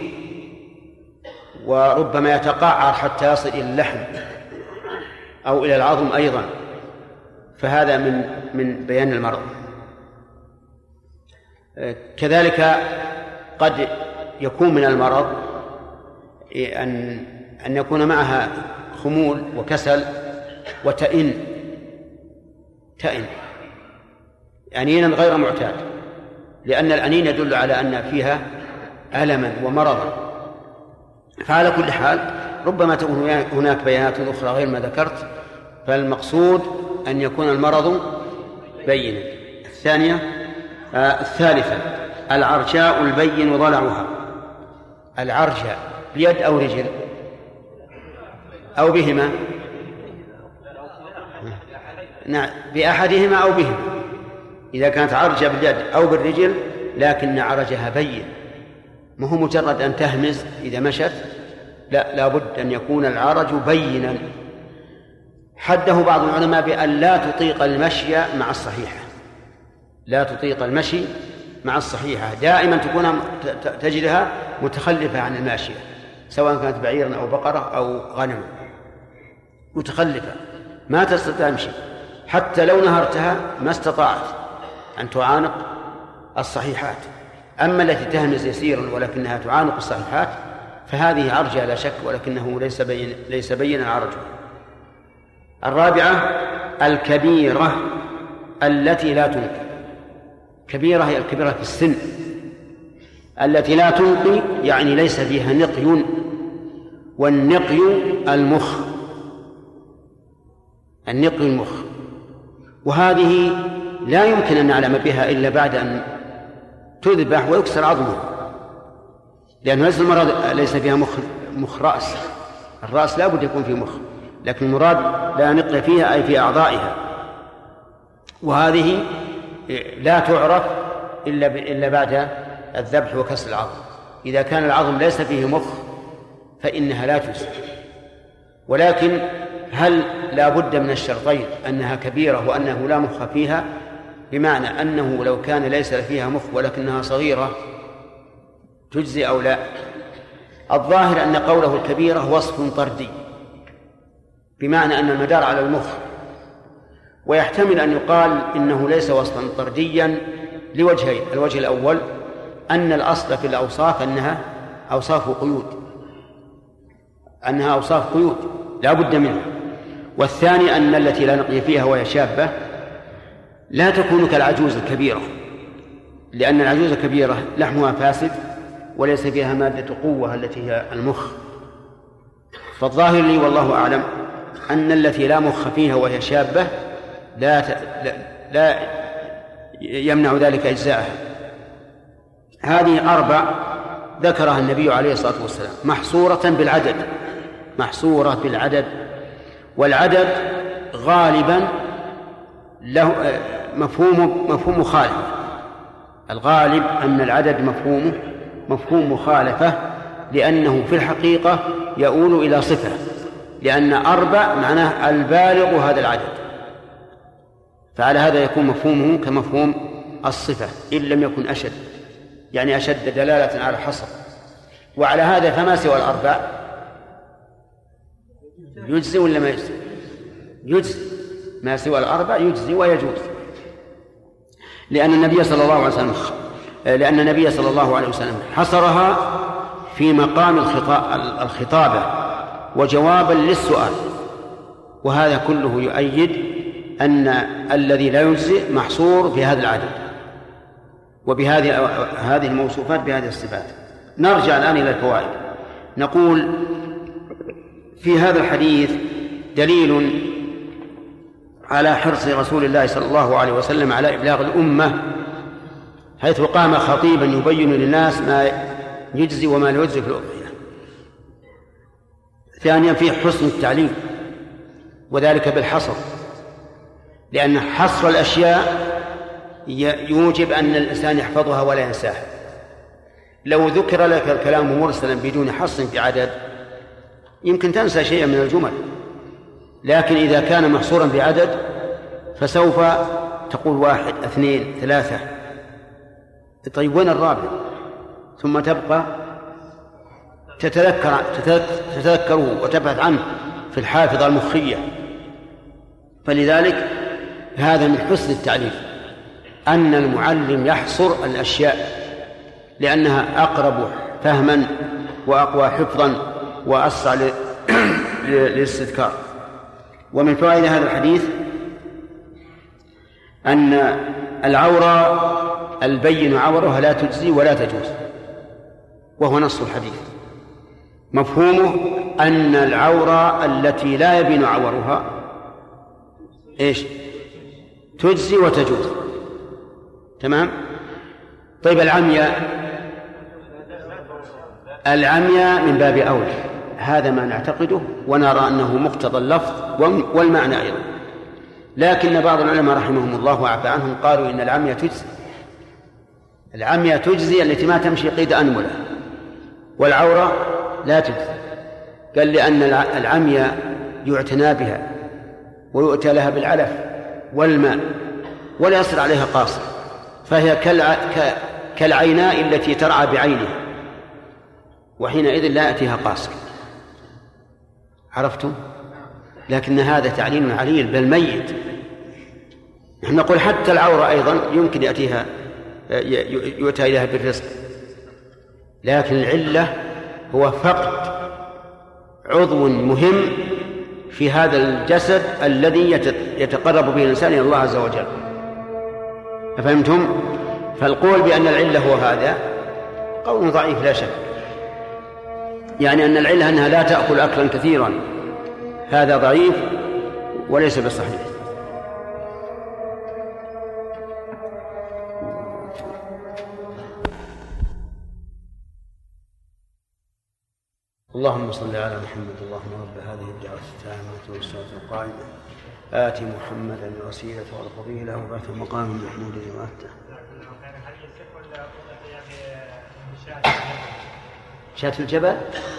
وربما يتقعر حتى يصل إلى اللحم أو إلى العظم أيضا، فهذا من من بيان المرض. كذلك قد يكون من المرض أن أن يكون معها خمول وكسل وتئن تئن أنينا غير معتاد، لأن الأنين يدل على أن فيها ألما ومرضا. فعلى كل حال ربما تكون هناك بيانات أخرى غير ما ذكرت، فالمقصود أن يكون المرض بينا. الثانية آه الثالثة العرجاء البين ضلعها. العرجاء بيد أو رجل أو بهما؟ نعم بأحدهما أو بهما. إذا كانت عرجة باليد أو بالرجل لكن عرجها بين، ما هو مجرد أن تهمز إذا مشت، لا لابد أن يكون العرج بينا. حده بعض العلماء بأن لا تطيق المشي مع الصحيحة، لا تطيق المشي مع الصحيحة، دائما تكون تجدها متخلفة عن الماشية، سواء كانت بعيرا أو بقرة أو غنم، متخلفة ما تستطيع تمشي، حتى لو نهرتها ما استطاعت أن تعانق الصحيحات. أما التي تهمز يسيرا ولكنها تعانق الصحيحات فهذه عرجة لا شك، ولكنه ليس بين ليس بين عرجه. الرابعة الكبيرة التي لا تنقي. كبيرة هي الكبيرة في السن التي لا تنقي، يعني ليس فيها نقي، والنقي المخ، النقي المخ، وهذه لا يمكن أن نعلم بها إلا بعد أن تذبح ويكسر عظمه، لأنه ليس المرض ليس فيها مخ مخ رأس، الرأس لا بد يكون فيه مخ، لكن المراد لا نقل فيها أي في أعضائها، وهذه لا تعرف إلا إلا بعد الذبح وكسر العظم. إذا كان العظم ليس فيه مخ فإنها لا تجزي. ولكن هل لا بد من الشرطين أنها كبيرة وأنه لا مخ فيها، بمعنى أنه لو كان ليس فيها مخ ولكنها صغيرة تجزي أو لا؟ الظاهر أن قوله الكبيرة وصف طردي، بمعنى أن المدار على المخ، ويحتمل أن يقال إنه ليس وصفا طرديا لوجهين: الوجه الأول أن الأصل في الأوصاف أنها أوصاف قيود، أنها أوصاف قيود لا بد منها. والثاني أن التي لا نقي فيها وهي شابة لا تكون كالعجوز الكبيرة، لأن العجوز الكبيرة لحمها فاسد وليس فيها مادة قوة التي هي المخ. فالظاهر لي والله أعلم أن التي لا مخ فيها وهي شابة لا, ت... لا... لا يمنع ذلك إجزاءها. هذه أربع ذكرها النبي عليه الصلاة والسلام محصورة بالعدد، محصورة بالعدد. والعدد غالبا له مفهوم مفهوم مخالفة. الغالب أن العدد مفهومه مفهوم مخالفة، لأنه في الحقيقة يؤول إلى صفة، لأن أربع معناه البالغ هذا العدد، فعلى هذا يكون مفهومه كمفهوم الصفة إن لم يكن أشد، يعني أشد دلالة على الحصر. وعلى هذا فما سوى الأربع يجزي ولا ما يجزي؟ يجزي، ما سوى الأربع يجزي ويجوز، لأن النبي صلى الله عليه وسلم لأن النبي صلى الله عليه وسلم حصرها في مقام الخطابة وجوابا للسؤال، وهذا كله يؤيد أن الذي لا يجزي محصور في هذا العدد وبهذه هذه الموصوفات بهذه الصفات. نرجع الآن إلى الفوائد. نقول في هذا الحديث دليل على حرص رسول الله صلى الله عليه وسلم على إبلاغ الأمة، حيث قام خطيبا يبين للناس ما يجزي وما لا يجزي في الأضحية. ثانيا فيه حسن التعليم، وذلك بالحصر، لأن حصر الأشياء يوجب أن الإنسان يحفظها ولا ينساها. لو ذكر لك الكلام مرسلا بدون حصر في عدد يمكن تنسى شيئا من الجمل، لكن إذا كان محصورا بعدد فسوف تقول واحد اثنين ثلاثة، طيب وين الرابع؟ ثم تبقى تتذكر تتذكره وتبحث عنه في الحافظة المخية. فلذلك هذا من حسن التعليم أن المعلم يحصر الأشياء، لأنها أقرب فهما وأقوى حفظا وأسرع للاستذكار. ومن فوائد هذا الحديث أن العورة البين عورها لا تجزي ولا تجوز، وهو نص الحديث. مفهومه أن العورة التي لا يبين عورها إيش؟ تجزي وتجوز. تمام؟ طيب العمياء، العمياء من باب أولى، هذا ما نعتقده ونرى أنه مقتضى اللفظ والمعنى أيضا. لكن بعض العلماء رحمهم الله وعفى عنهم قالوا إن العمياء تجزي، العمياء تجزي التي ما تمشي قيد أنملة، والعورة لا تجزي. قال لأن العمياء يعتنى بها ويؤتى لها بالعلف والماء ولا يصير عليها قاصر، فهي كالعيناء التي ترعى بعينها، وحينئذ لا يأتيها قاصر. عرفتم؟ لكن هذا تعليم عليل بل ميت. نحن نقول حتى العورة أيضا يمكن يأتيها يؤتى إليها بالرزق، لكن العلة هو فقد عضو مهم في هذا الجسد الذي يتقرب به الإنسان إلى الله عز وجل. أفهمتم؟ فالقول بأن العلة هو هذا قول ضعيف لا شك، يعني أن العلة أنها لا تأكل أكلا كثيرا، هذا ضعيف وليس بصحيح. اللهم صل على محمد. اللهم رب هذه الدعوة التامة والصلاة القائمة آت محمدا الوسيلة والفضيلة وبعثه مقام محمود وآته. شاة الجبل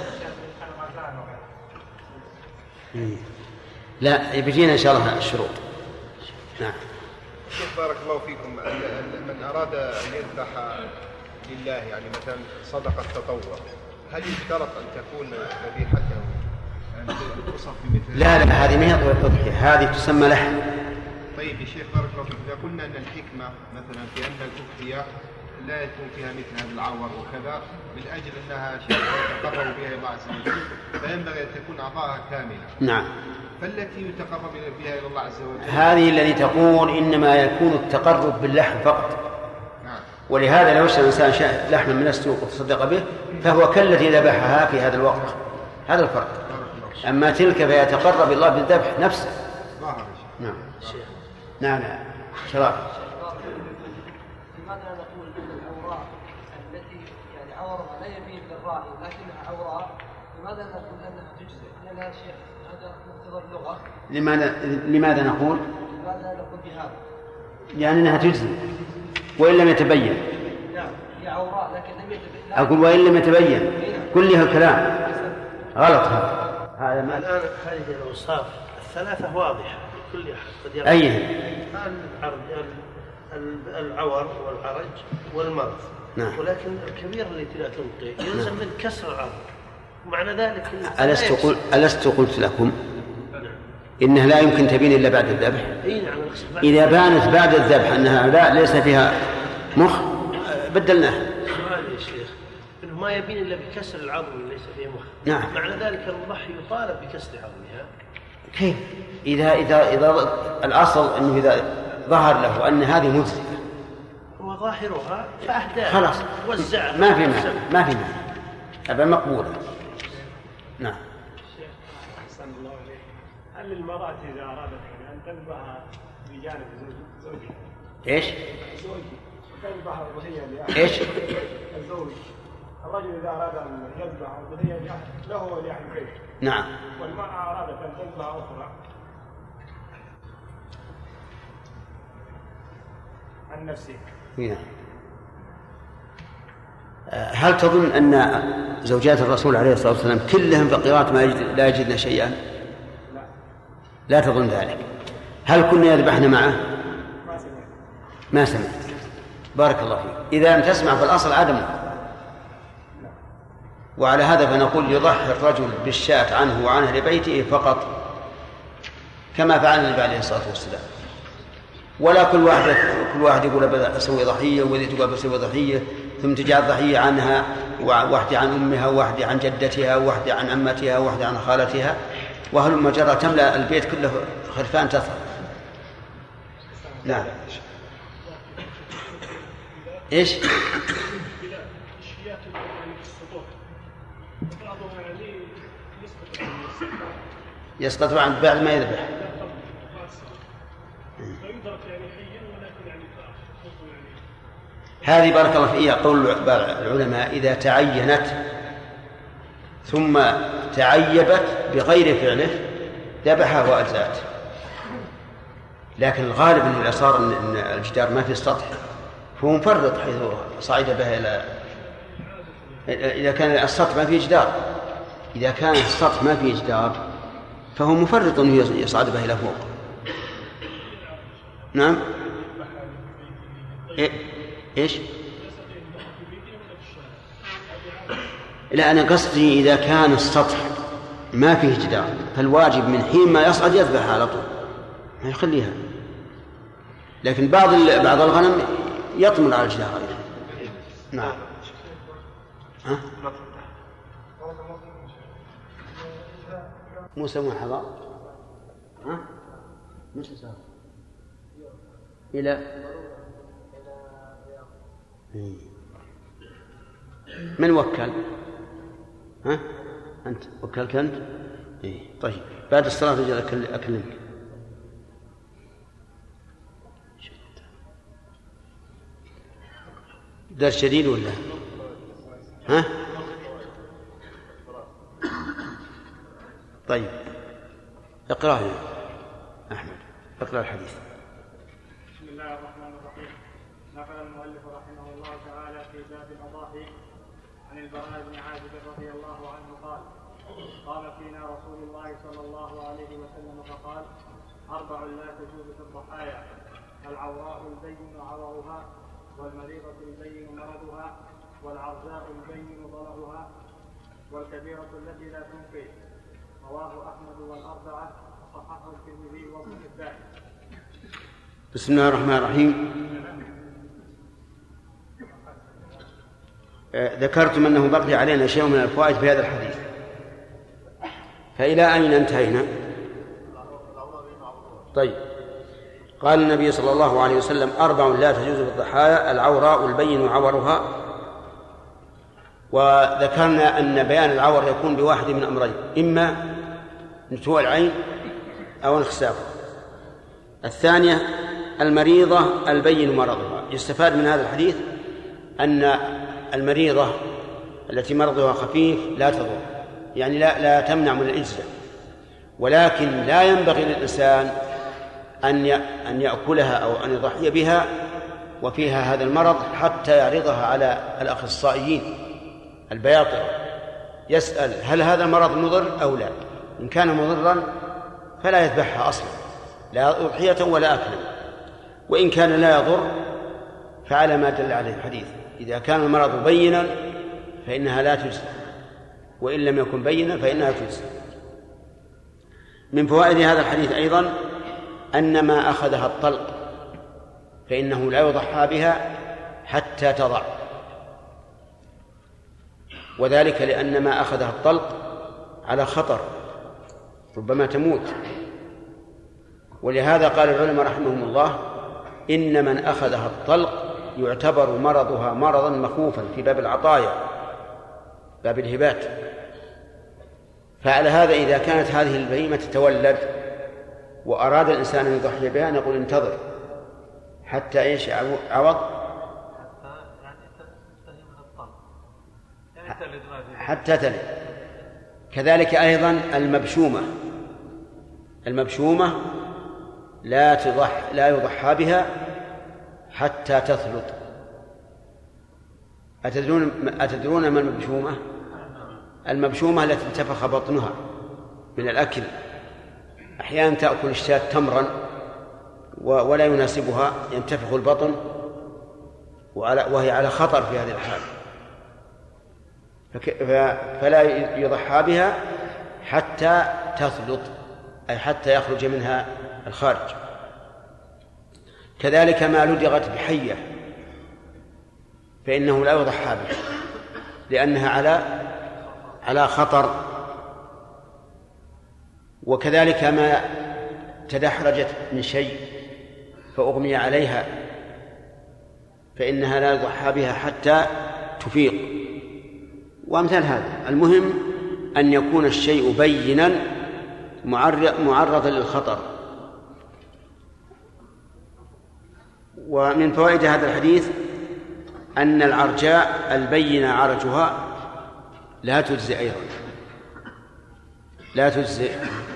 لا بيجينا إن شاء الله الشروط. نعم. شيخ بارك الله فيكم، من أراد أن يذبح لله يعني مثلا صدقة تطوع، هل يشترط أن تكون ذبيحته توصف بمثل؟ لا لا هذه ما هي الأضحية، هذه تسمى لحم. طيب يا شيخ بارك الله فيكم، إذا قلنا أن الحكمة مثلا في أن الأضحية لا يكون فيها مثل هذا العور وكذا من أجل أنها شيء يتقرب بها الله عز وجل، فينبغي أن تكون أعضاءها كاملة. نعم. فالتي يتقرب بها إلى الله عز وجل هذه الذي تقول إنما يكون التقرب باللحم فقط. نعم. ولهذا لو اشترى الإنسان شاة لحما من السوق وتصدق به فهو كالذي ذبحها في هذا الوقت. هذا الفرق. أما تلك فيتقرب الله بالذبح نفسه. نعم. نعم نعم. شراب. لماذا نقول أن العوراء التي يعني عورها لا يبين للرائي لكنها عوراء، لماذا نقول أنها تجزئ؟ لأنها شيخ هذا مقتضى اللغة. لماذا لماذا نقول؟ لماذا نقول بهذا؟ يعني أنها تجزئ وإن لم يتبين. نعم هي عوراء لكن لم يتبين. أقول وإن لم يتبين كل الكلام غلط. هذا هذا ما الآن هذه الأوصاف الثلاثة واضحة لكل أحد. أي العور والعرج والمرض. نعم. ولكن الكبير التي لا تنطي يلزم من كسر العظم. معنى ذلك ألست قل ألست قلت لكم إنها لا يمكن تبين إلا بعد الذبح. نعم. إذا بانت بعد الذبح أنها لا ليس فيها مخ بدلناها. سؤال يا شيخ، إنه ما يبين إلا بكسر العظم ليس فيه مخ. نعم. معنى ذلك المضحي يطالب بكسر عظمها. كيف؟ إذا إذا إذا الأصل إنه إذا ظهر له أن هذه مجزئة وظاهرها فأهداها خلاص وزعها ما في معنى ما في معنى أبا مقبولة. نعم. أحسن الله عليك. هل للمرأة إذا أرادت أن تذبح بجانب زوجها؟ إيش؟ زوجي تذبح أضحية لأحد. إيش؟ الزوج الرجل إذا أراد أن يذبح أضحية له ولأهل البيت. نعم. والمرأة أرادت أن تذبح أخرى عن نفسه. نعم. هل تظن أن زوجات الرسول عليه الصلاة والسلام كلهم فقيرات ما يجد لا يجدن شيئا؟ لا. لا تظن ذلك. هل كنا يذبحن معه؟ ما سمعت. ما سمعت. بارك الله فيك. إذا لم تسمع فالأصل عدمه. وعلى هذا فنقول يضحي الرجل بالشاة عنه وعن أهل بيته فقط كما فعل النبي عليه الصلاة والسلام. ولا كل واحد كل واحد يقول أسوي ضحية وذي تقول أسوي ضحية ثم تجي الضحية عنها واحدة عن أمها واحدة عن جدتها واحدة عن عمتها واحدة عن خالتها وهل المجرة تملأ البيت كله خرفان تثر. نعم. إيش؟ يسقط عن بعد ما يذبح. هذه بارك الله فيها قول العلماء إذا تعينت ثم تعيبت بغير فعله ذبحها وأجزأت. لكن الغالب أن الإصرار أن الجدار ما في السطح فهو مفرط حيث صعد بها إلى إذا كان السطح ما فيه جدار. إذا كان السطح ما فيه جدار فهو مفرط أنه يصعد بها إلى فوق. نعم. إيش؟ لا أنا قصدي إذا كان السطح ما فيه جدار فالواجب من حين ما يصعد يذبح على طول ما يخليها. لكن بعض بعض الغنم يطمن على الجدار. نعم. ها؟ موسى من حضر؟ ها؟ متى سافر؟ إلى من وكل؟ ها؟ أنت وكلت أنت؟ إيه طيب بعد الصلاة رجال أكلمك. درس شديد ولا؟ ها؟ طيب اقرأ يا أحمد اقرأ الحديث. بسم الله الرحمن الرحيم. نقل المؤلف رحمه الله تعالى في باب الأضاحي عن البراء بن عازب رضي الله عنه قال قام فينا رسول الله صلى الله عليه وسلم فقال أربع لا تجوز في الضحايا: العوراء البين عورها، والمريضة البين مرضها، والعرجاء البين ضلعها، والكبيرة التي لا تنقي. رواه أحمد والأربعة وصححه الترمذي وابن حبان. بسم الله الرحمن الرحيم. ذكرتم أنه بقي علينا شيء من الفوائد في هذا الحديث، فإلى أين انتهينا؟ طيب، قال النبي صلى الله عليه وسلم: أربع لا تجوز في الضحايا: العوراء البين عورها. وذكرنا أن بيان العور يكون بواحد من أمرين: إما نتوء العين أو انخسافه. الثانية المريضة البين مرضها. يستفاد من هذا الحديث أن المريضة التي مرضها خفيف لا تضر، يعني لا, لا تمنع من الإجزاء، ولكن لا ينبغي للإنسان أن أن يأكلها أو أن يضحي بها وفيها هذا المرض حتى يعرضها على الأخصائيين البياطرة، يسأل هل هذا المرض مضر أو لا. إن كان مضرا فلا يذبحها أصلا، لا أضحية ولا أكلا. وإن كان لا يضر فعلى ما دل عليه الحديث: إذا كان المرض بينا فإنها لا تجزى، وإن لم يكن بينا فإنها تجزى. من فوائد هذا الحديث أيضا أن ما أخذها الطلق فإنه لا يضحى بها حتى تضع، وذلك لأن ما أخذها الطلق على خطر، ربما تموت. ولهذا قال العلماء رحمهم الله: إن من أخذها الطلق يعتبر مرضها مرضا مخوفا في باب العطايا، باب الهبات. فعلى هذا إذا كانت هذه البهيمة تتولد وأراد الإنسان أن يضحي بها نقول انتظر حتى إيش عوض حتى تلد. كذلك أيضا المبشومة المبشومة لا تضح لا يضحى بها حتى تثلط. أتدرون أتدرون ما المبشومة؟ المبشومة التي انتفخ بطنها من الأكل. أحيانا تأكل الشاة تمرا ولا يناسبها، ينتفخ البطن وهي على خطر في هذه الحال، فلا يضحى بها حتى تثلط، أي حتى يخرج منها الخارج. كذلك ما لدغت بحية فإنه لا يضحى بها لأنها على على خطر. وكذلك ما تدحرجت من شيء فأغمي عليها فإنها لا يضحى بها حتى تفيق، وأمثال هذا. المهم أن يكون الشيء بينا معرضا للخطر. ومن فوائد هذا الحديث أن العرجاء البين عرجها لا تجزئ أيضا، لا تجزئ.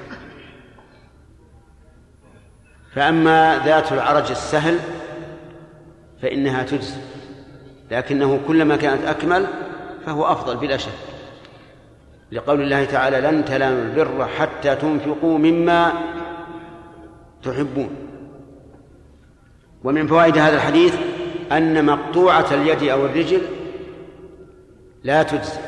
فأما ذات العرج السهل فإنها تجزئ، لكنه كلما كانت أكمل فهو أفضل بلا شك، لقول الله تعالى: لن تنالوا البر حتى تنفقوا مما تحبون. ومن فوائد هذا الحديث أن مقطوعة اليد أو الرجل لا تجزئ.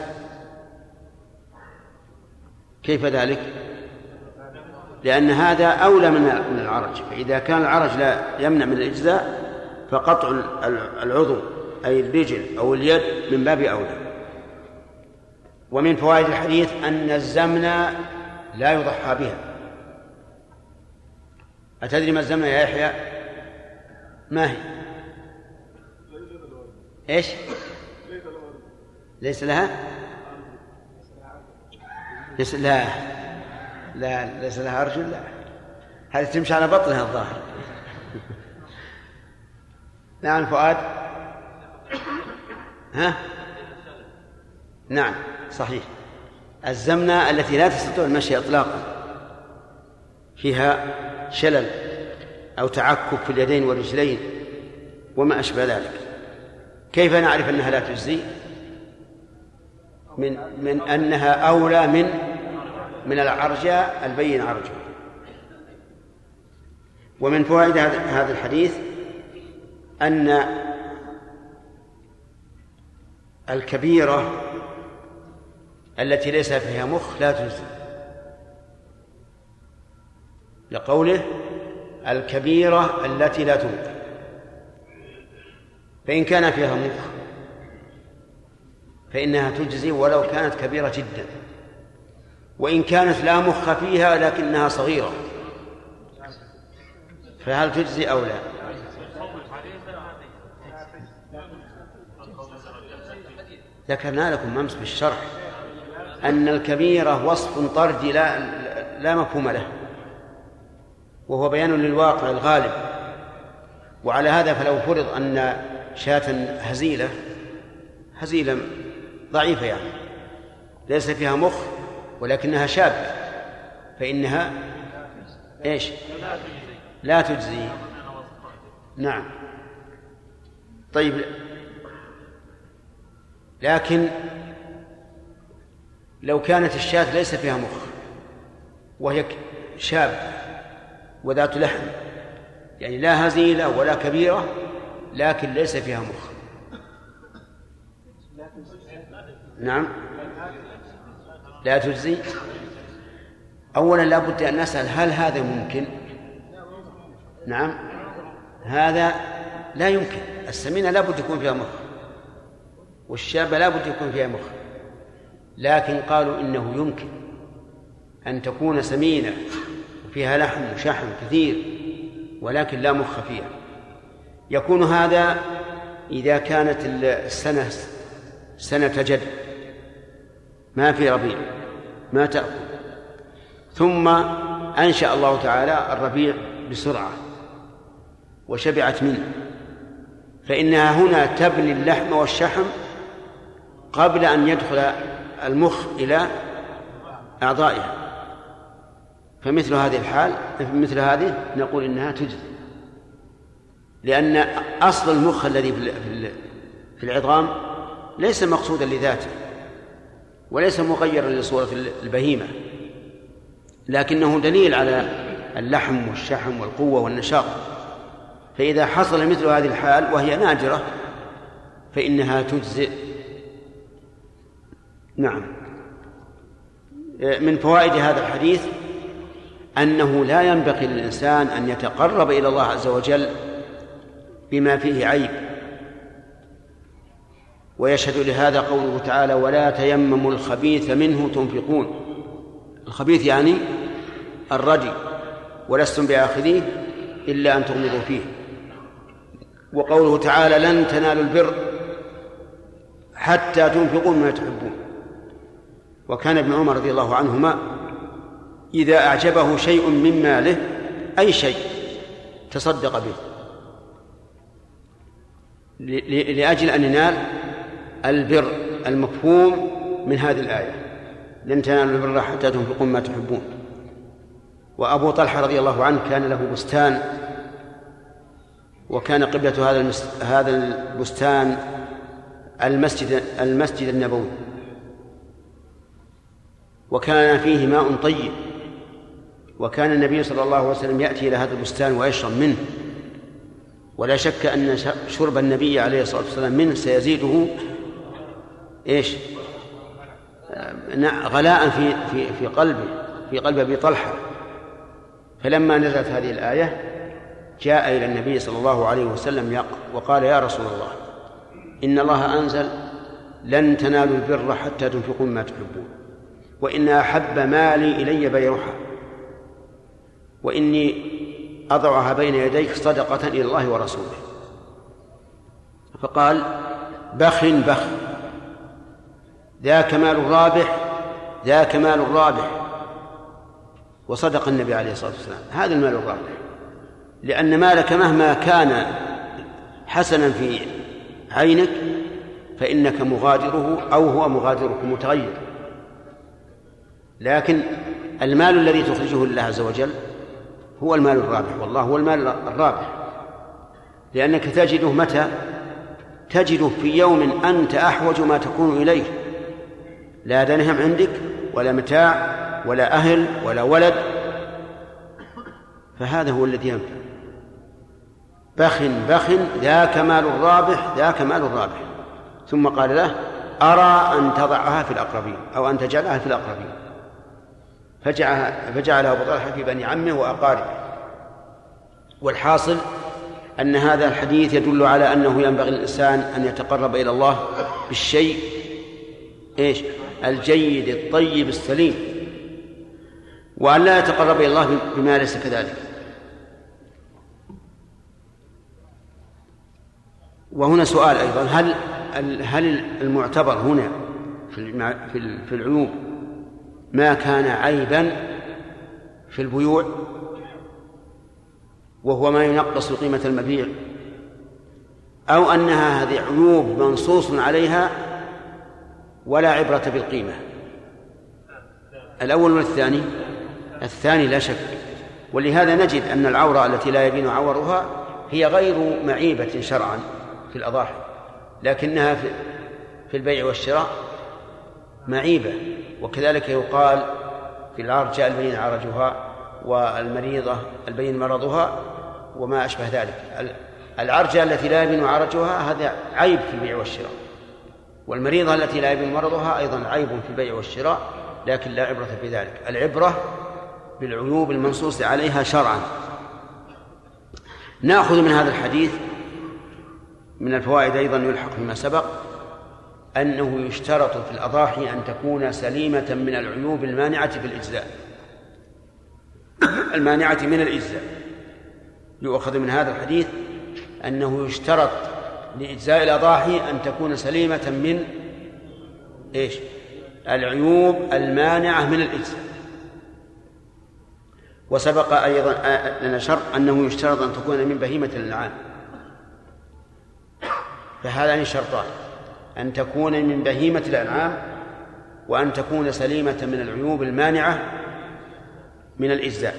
كيف ذلك؟ لأن هذا أولى من العرج، فإذا كان العرج لا يمنع من الإجزاء فقطع العضو أي الرجل أو اليد من باب أولى. ومن فوائد الحديث أن الزمن لا يضحى بها. أتدري ما الزمن يا يحيى؟ ما هي؟ إيش؟ ليس لها؟ ليس لها لا ليس لها أرجل، لا، هذه تمشي على بطنها الظاهر. نعم فؤاد. ها؟ نعم صحيح. الزمنة التي لا تستطيع المشي إطلاقا، فيها شلل أو تعكك في اليدين والرجلين وما أشبه ذلك. كيف نعرف أنها لا تجزي؟ من من أنها أولى من من العرجاء البين عرجه. ومن فوائد هذا الحديث أن الكبيرة التي ليس فيها مخ لا تجزي، لقوله الكبيرة التي لا تنقل، فإن كان فيها مخ فإنها تجزي ولو كانت كبيرة جدا، وإن كانت لا مخ فيها لكنها صغيرة فهل تجزي أو لا؟ ذكرنا لكم أمس بالشرح أن الكبيرة وصف طردي لا, لا مفهوم له، وهو بيان للواقع الغالب. وعلى هذا فلو فرض أن شاة هزيلة هزيلة ضعيفة يعني ليس فيها مخ ولكنها شابة فإنها إيش؟ لا تجزي. نعم. طيب، لكن لو كانت الشاة ليس فيها مخ وهي شابة وذات لحم، يعني لا هزيلة ولا كبيرة لكن ليس فيها مخ، نعم لا تجزي. أولا لا بد أن نسأل هل هذا ممكن؟ نعم هذا لا يمكن. السمينة لا بد يكون فيها مخ والشابة لا بد يكون فيها مخ، لكن قالوا إنه يمكن أن تكون سمينة وفيها لحم وشحم كثير ولكن لا مخ فيها. يكون هذا إذا كانت السنة سنة جد ما في ربيع ما تأكل، ثم أنشأ الله تعالى الربيع بسرعة وشبعت منه، فإنها هنا تبني اللحم والشحم قبل أن يدخل المخ إلى أعضائها، فمثل هذه الحال مثل هذه نقول إنها تجزي، لأن أصل المخ الذي في العظام ليس مقصودا لذاته وليس مغيرا لصورة البهيمة، لكنه دليل على اللحم والشحم والقوة والنشاط. فإذا حصل مثل هذه الحال وهي نادرة فإنها تجزئ. نعم. من فوائد هذا الحديث أنه لا ينبغي للإنسان أن يتقرب إلى الله عز وجل بما فيه عيب، ويشهد لهذا قوله تعالى ولا تيمموا الخبيث منه تنفقون. الخبيث يعني الردي، ولستم بآخذيه إلا أن تغمضوا فيه. وقوله تعالى لن تنالوا البر حتى تنفقوا مما تحبون. وكان ابن عمر رضي الله عنهما إذا أعجبه شيء من ماله أي شيء تصدق به لأجل أن ينال البر المفهوم من هذه الآية لن تنالوا البر حتى تنفقوا مما تحبون. وأبو طلحة رضي الله عنه كان له بستان، وكان قبلة هذا هذا البستان المسجد المسجد النبوي، وكان فيه ماء طيب، وكان النبي صلى الله عليه وسلم يأتي إلى هذا البستان ويشرب منه، ولا شك أن شرب النبي عليه الصلاة والسلام منه سيزيده إيش غلاء في في في قلبه في قلب أبي طلحة. فلما نزلت هذه الآية جاء إلى النبي صلى الله عليه وسلم وقال يا رسول الله إن الله أنزل لن تنالوا البر حتى تنفقوا مما تحبون، وإن أحب مالي إلي بيرها، وإني أضعها بين يديك صدقة إلى الله ورسوله. فقال بخ بخ ذاك مال الرابح ذاك مال الرابح. وصدق النبي عليه الصلاة والسلام، هذا المال الرابح، لأن مالك مهما كان حسنا في عينك فإنك مغادره أو هو مغادرك متغير، لكن المال الذي تخرجه لله عز وجل هو المال الرابح، والله هو المال الرابح، لأنك تجده متى؟ تجده في يوم أنت أحوج ما تكون إليه، لا درهم عندك ولا متاع ولا أهل ولا ولد، فهذا هو الذي ينفع. بخ بخ ذاك مال الرابح ذاك مال الرابح. ثم قال له أرى أن تضعها في الأقربين أو أن تجعلها في الأقربين، فجعلها أبو طلحة في بني عمه وأقاربه. والحاصل أن هذا الحديث يدل على أنه ينبغي للإنسان أن يتقرب إلى الله بالشيء إيش الجيد الطيب السليم، وأن لا يتقرب إلى الله بما ليس كذلك. وهنا سؤال أيضا، هل هل المعتبر هنا في العيوب ما كان عيبا في البيوع وهو ما ينقص قيمة المبيع، أو أنها هذه عيوب منصوص عليها ولا عبرة بالقيمة؟ الأول والثاني الثاني لا شك. ولهذا نجد أن العورة التي لا يبين عورها هي غير معيبة شرعا في الأضاحي، لكنها في البيع والشراء معيبة. وكذلك يقال في العرجة البين عرجها، والمريضة البين مرضها، وما أشبه ذلك. العرجة التي لا يبين عرجها هذا عيب في البيع والشراء، والمريضة التي لا يبين مرضها أيضا عيب في البيع والشراء، لكن لا عبرة في ذلك. العبرة بالعيوب المنصوص عليها شرعا. نأخذ من هذا الحديث من الفوائد أيضا يلحق بما سبق أنه يشترط في الأضاحي أن تكون سليمة من العيوب المانعة في الإجزاء المانعة من الإجزاء. يؤخذ من هذا الحديث أنه يشترط لإجزاء الأضاحي أن تكون سليمة من إيش العيوب المانعة من الإجزاء. وسبق أيضا لنا شرط أنه يشترط أن تكون من بهيمة الأنعام، فهذان شرطان: أن تكون من بهيمة الأنعام، وأن تكون سليمة من العيوب المانعة من الإجزاء.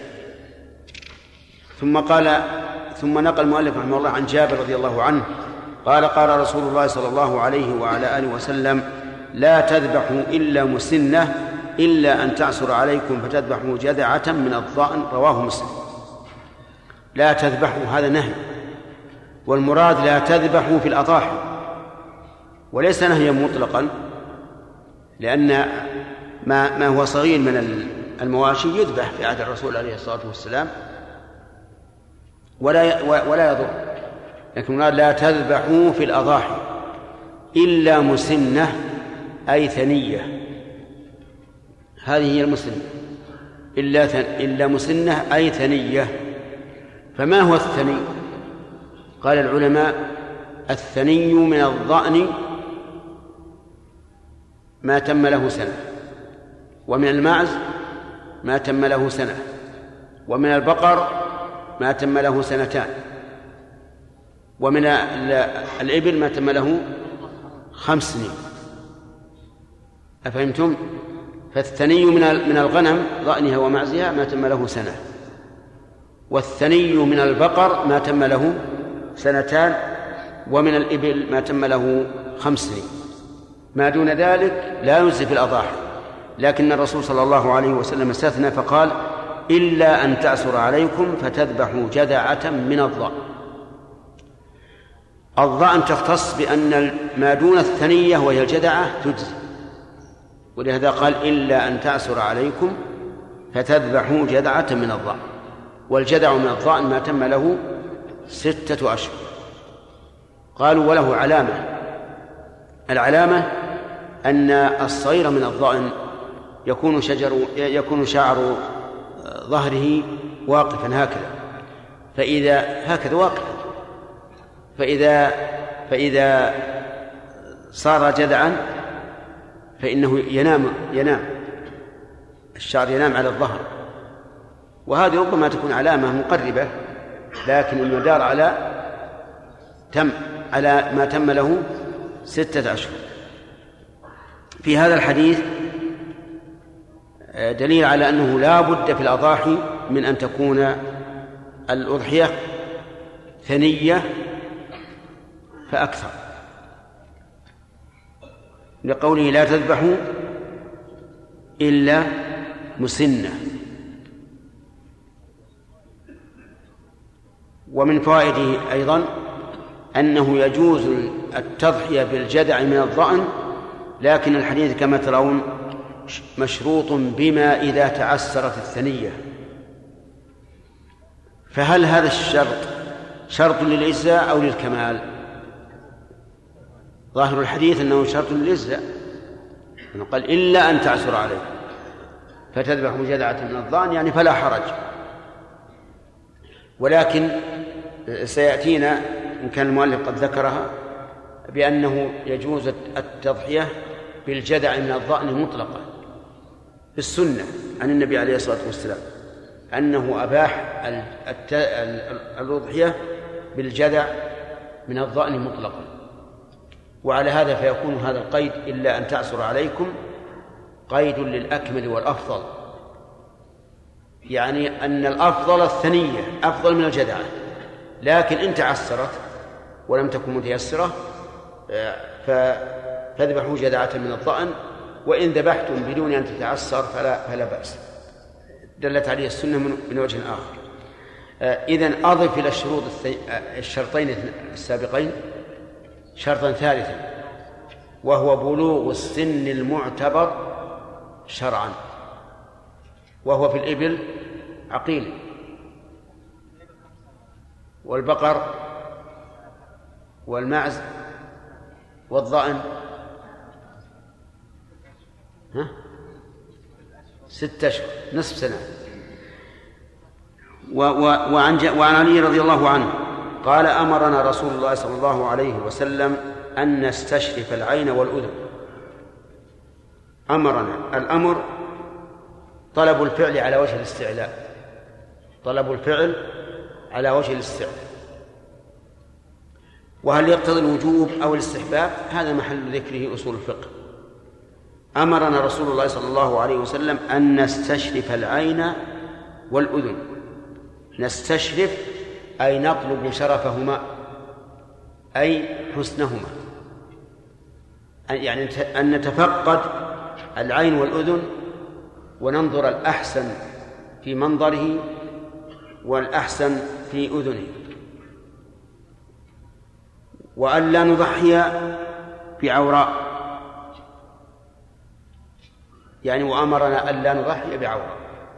ثم قال ثم نقل المؤلف رحمه الله عن جابر رضي الله عنه قال قال رسول الله صلى الله عليه وعلى آله وسلم: لا تذبحوا إلا مسنة إلا أن تعسر عليكم فتذبحوا جذعة من الضأن. رواه مسلم. لا تذبحوا هذا نهي، والمراد لا تذبحوا في الأضاحي، وليس نهيا مطلقا، لأن ما, ما هو صغير من المواشي يذبح في عهد الرسول عليه الصلاة والسلام ولا ولا يضر. لكن المراد لا تذبحوا في الأضاحي إلا مسنة أي ثنية. هذه هي المسنة، إلا إلا مسنة أي ثنية. فما هو الثني؟ قال العلماء: الثني من الضأن ما تم له سنة، ومن الماعز ما تم له سنة، ومن البقر ما تم له سنتان، ومن الإبل ما تم له خمس سنين. أفهمتم؟ فالثني من الغنم ضأنها ومعزها ما تم له سنة، والثني من البقر ما تم له سنتان، ومن الإبل ما تم له خمس سنين. ما دون ذلك لا يجزي في الأضاحي. لكن الرسول صلى الله عليه وسلم استثنى فقال: إلا أن تعسر عليكم فتذبحوا جذعة من الضأن. الضأن تختص بأن ما دون الثنية وهي الجذعة تجزي، ولهذا قال: إلا أن تعسر عليكم فتذبحوا جذعة من الضأن. والجذع من الضأن ما تم له ستة أشهر. قالوا: وله علامة. العلامة أن الصغير من الضأن يكون شجر يكون شعر ظهره واقفا هكذا، فإذا هكذا واقفا فإذا فإذا صار جذعا فإنه ينام ينام الشعر ينام على الظهر، وهذه ربما تكون علامة مقربة، لكن المدار على تم على ما تم له ستة أشهر. في هذا الحديث دليل على أنه لا بد في الأضاحي من أن تكون الأضحية ثنية فأكثر، لقوله: لا تذبحوا إلا مسنة. ومن فوائده أيضا أنه يجوز التضحية بالجدع من الضأن، لكن الحديث كما ترون مشروط بما إذا تعسرت الثنية. فهل هذا الشرط شرط للإجزاء أو للكمال؟ ظاهر الحديث أنه شرط للإجزاء، قال إلا أن تعسر عليه فتذبح جدعة من الضأن، يعني فلا حرج. ولكن سيأتينا إن كان المؤلف قد ذكرها بأنه يجوز التضحية بالجدع من الضأن مطلقا في السنة عن النبي عليه الصلاة والسلام أنه أباح الأضحية بالجدع من الضأن مطلقا. وعلى هذا فيكون هذا القيد إلا أن تعسر عليكم قيد للأكمل والأفضل، يعني أن الأفضل الثنية أفضل من الجدعة، لكن إن تعسرت ولم تكن متيسرة فذبحوا جدعة من الضأن، وإن ذبحتم بدون أن تتعسر فلا, فلا بأس. دلت عليه السنة من وجه آخر. إذن أضف إلى الشروط الشرطين السابقين شرطا ثالثا، وهو بلوغ السن المعتبر شرعا، وهو في الإبل عقيل، والبقر والمعز والضأن ها؟ ستة أشهر نصف سنة. وعن, وعن علي رضي الله عنه قال أمرنا رسول الله صلى الله عليه وسلم أن نستشرف العين والأذن. أمرنا، الأمر طلب الفعل على وجه الاستعلاء، طلب الفعل على وجه الاستعلاء. وهل يقتضي الوجوب أو الاستحباب؟ هذا محل ذكره أصول الفقه. أمرنا رسول الله صلى الله عليه وسلم أن نستشرف العين والأذن. نستشرف أي نطلب شرفهما، أي حسنهما، يعني أن نتفقد العين والأذن وننظر الأحسن في منظره والأحسن في أذنه، وأن لا نضحي بعوراء، يعني وأمرنا أن لا نضحي بعوراء.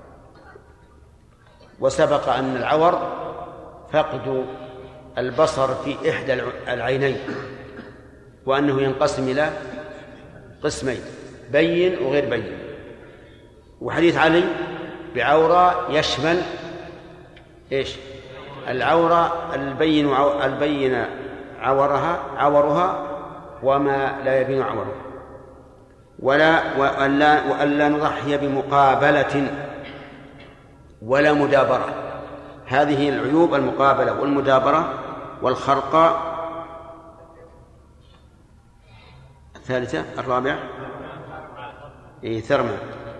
وسبق أن العور فقد البصر في إحدى العينين، وأنه ينقسم إلى قسمين، بين وغير بين. وحديث علي بعورة يشمل إيش؟ العورة البين البين عورها عورها وما لا يبين عورها. ولا وألا وألا نضحي بمقابلة ولا مدابرة. هذه العيوب: المقابلة والمدابرة والخرقاء. الثالثة الرابعة إيه ثرمة.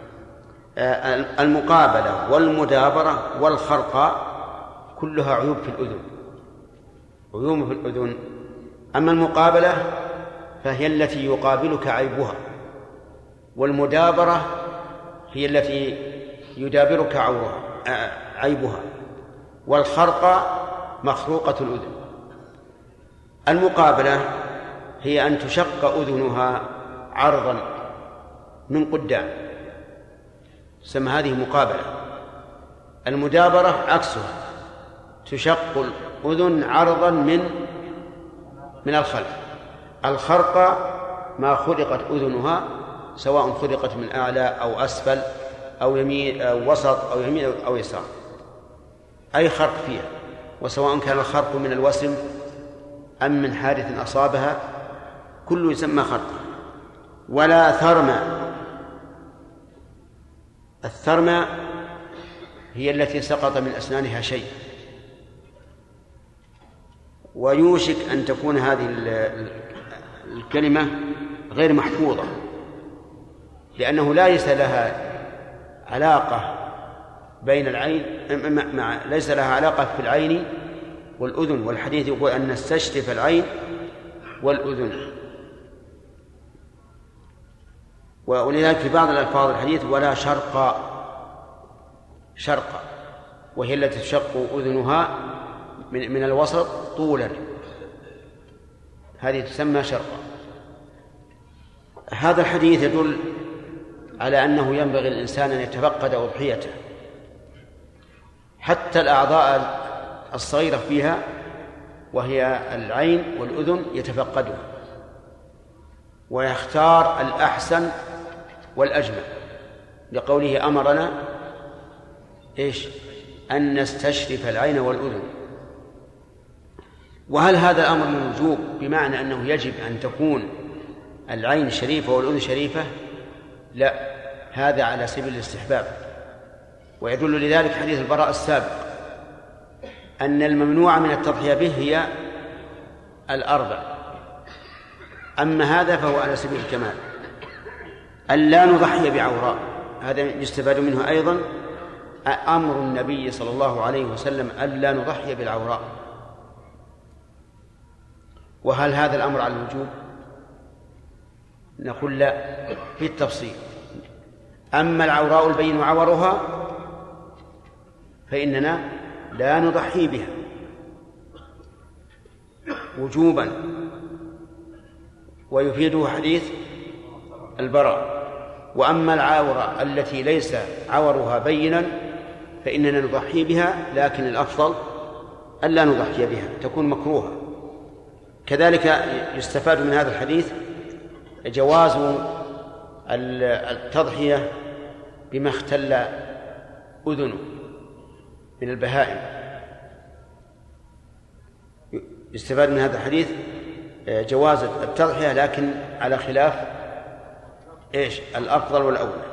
المقابلة والمدابرة والخرقاء كلها عيوب في الأذن، عيوب في الأذن. أما المقابلة فهي التي يقابلك عيبها، والمدابرة هي التي يدابرك عورها عيبها، والخرقاء مخروقة الأذن. المقابلة هي أن تشق أذنها عرضا من قدام، سمى هذه مقابلة. المدابرة عكسها، تشق الأذن عرضا من من الخلف. الخرقاء ما خلقت أذنها، سواء خلقت من أعلى أو أسفل أو يمين أو وسط أو يمين أو يسار، أي خرق فيها، وسواء كان الخرق من الوسم أم من حادث أصابها كله يسمى خرقا. ولا ثرمى. الثرمى هي التي سقط من أسنانها شيء، ويوشك أن تكون هذه الكلمة غير محفوظة، لأنه ليس لها علاقة بين العين مع ليس لها علاقة في العين والأذن، والحديث يقول أن نستشرف العين والأذن. ولذلك في بعض الألفاظ الحديث ولا شرق شرق، وهي التي تشق أذنها من الوسط طولا، هذه تسمى شرقا. هذا الحديث يدل على أنه ينبغي الإنسان أن يتفقد أضحيته، حتى الأعضاء الصغيرة فيها وهي العين والأذن يتفقدها ويختار الأحسن والأجمل، لقوله أمرنا إيش؟ أن نستشرف العين والأذن. وهل هذا الأمر من الوجوب بمعنى أنه يجب أن تكون العين شريفة والأذن شريفة؟ لا، هذا على سبيل الاستحباب. ويدل لذلك حديث البراء السابق أن الممنوع من التضحية به هي الأربع، أما هذا فهو على سبيل الكمال. ألا نضحي بعوراء، هذا يستفاد منه أيضا أمر النبي صلى الله عليه وسلم ألا نضحي بالعوراء. وهل هذا الأمر على الوجوب؟ نقول لا، في التفصيل. أما العوراء البين عورها فإننا لا نضحي بها وجوبا، ويفيده حديث البراء. وأما العورة التي ليس عورها بينا فإننا نضحي بها، لكن الأفضل ألا نضحي بها، تكون مكروهة. كذلك يستفاد من هذا الحديث جواز التضحية بما اختل أذنه من البهائم. يستفاد من هذا الحديث جواز التضحية، لكن على خلاف إيش الأفضل والأولى.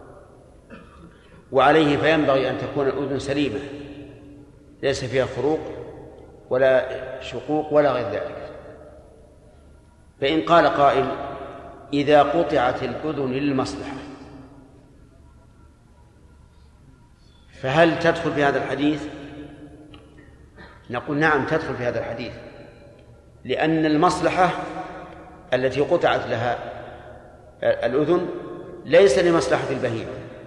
وعليه فينبغي أن تكون الأذن سليمة ليس فيها خروق ولا شقوق ولا غير ذلك. فإن قال قائل إذا قطعت الأذن للمصلحة فهل تدخل في هذا الحديث؟ نقول نعم تدخل في هذا الحديث، لأن المصلحة التي قطعت لها الأذن ليس لمصلحة البهيمة،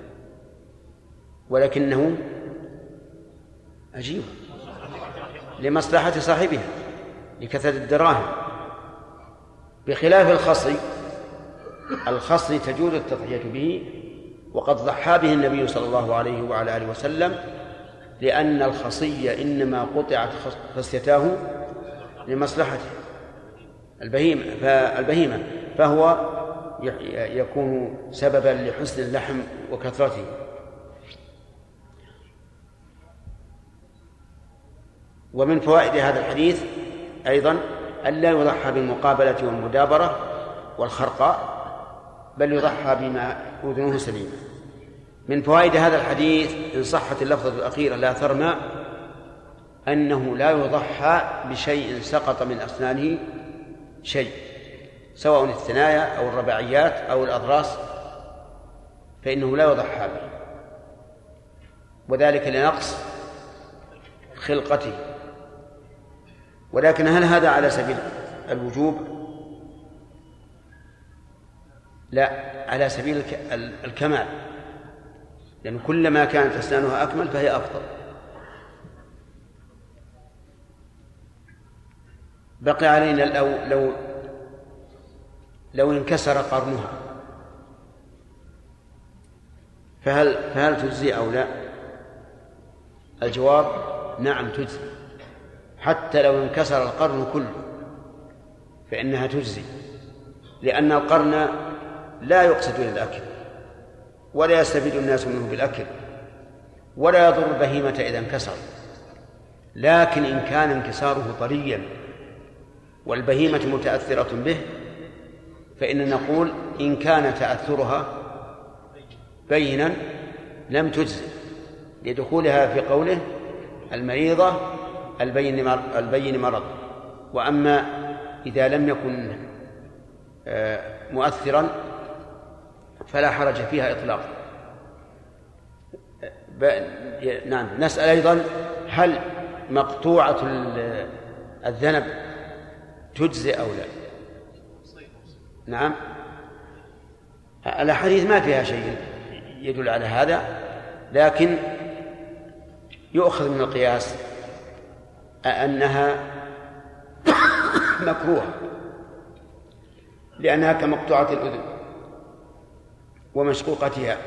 ولكنه عجيب لمصلحة صاحبها لكثرة الدراهم، بخلاف الخصي. الخصي تجوز التضحية به، وقد ضحى به النبي صلى الله عليه وعلى آله وسلم، لأن الخصي إنما قطعت خصيتاه لمصلحته البهيمة، فالبهيمة فهو يكون سببا لحسن اللحم وكثرته. ومن فوائد هذا الحديث أيضا ألا يضحى بالمقابلة والمدابرة والخرقاء، بل يضحى بما أذنه سليمة. من فوائد هذا الحديث إن صحت اللفظة الأخيرة لا ثرمى، أنه لا يضحى بشيء سقط من أسنانه شيء، سواء الثنايا أو الرباعيات أو الأضراس، فإنه لا يضحى به، وذلك لنقص خلقته. ولكن هل هذا على سبيل الوجوب؟ لا، على سبيل الكمال، لأن كلما كانت أسنانها أكمل فهي أفضل. بقي علينا لو لو لو انكسر قرنها فهل فهل تجزي أو لا؟ الجواب نعم تجزي، حتى لو انكسر القرن كله فإنها تجزي، لأن القرن لا يقصد إلى الأكل، ولا يستفيد الناس منه بالأكل، ولا يضر البهيمة إذا انكسر. لكن إن كان انكساره طريا والبهيمة متأثرة به فإن نقول إن كان تأثرها بينا لم تجزي، لدخولها في قوله المريضة البين البين مرض. وأما إذا لم يكن مؤثرا فلا حرج فيها إطلاقا. نعم. نسأل أيضا هل مقطوعة الذنب تجزي أو لا؟ نعم. الأحاديث ما فيها شيء يدل على هذا، لكن يؤخذ من القياس أنها مكروهة لأنها كمقطوعة الأذن ومشقوقتها،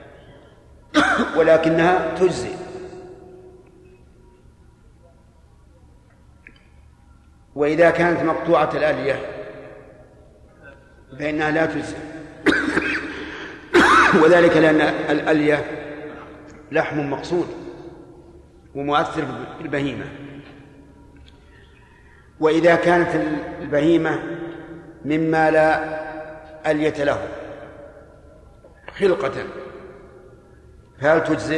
ولكنها تجزي. وإذا كانت مقطوعة الألية فإنها لا تجزي، وذلك لأن الألية لحم مقصود ومؤثر بالبهيمة. وإذا كانت البهيمة مما لا ألية له خلقة فهل تجزي؟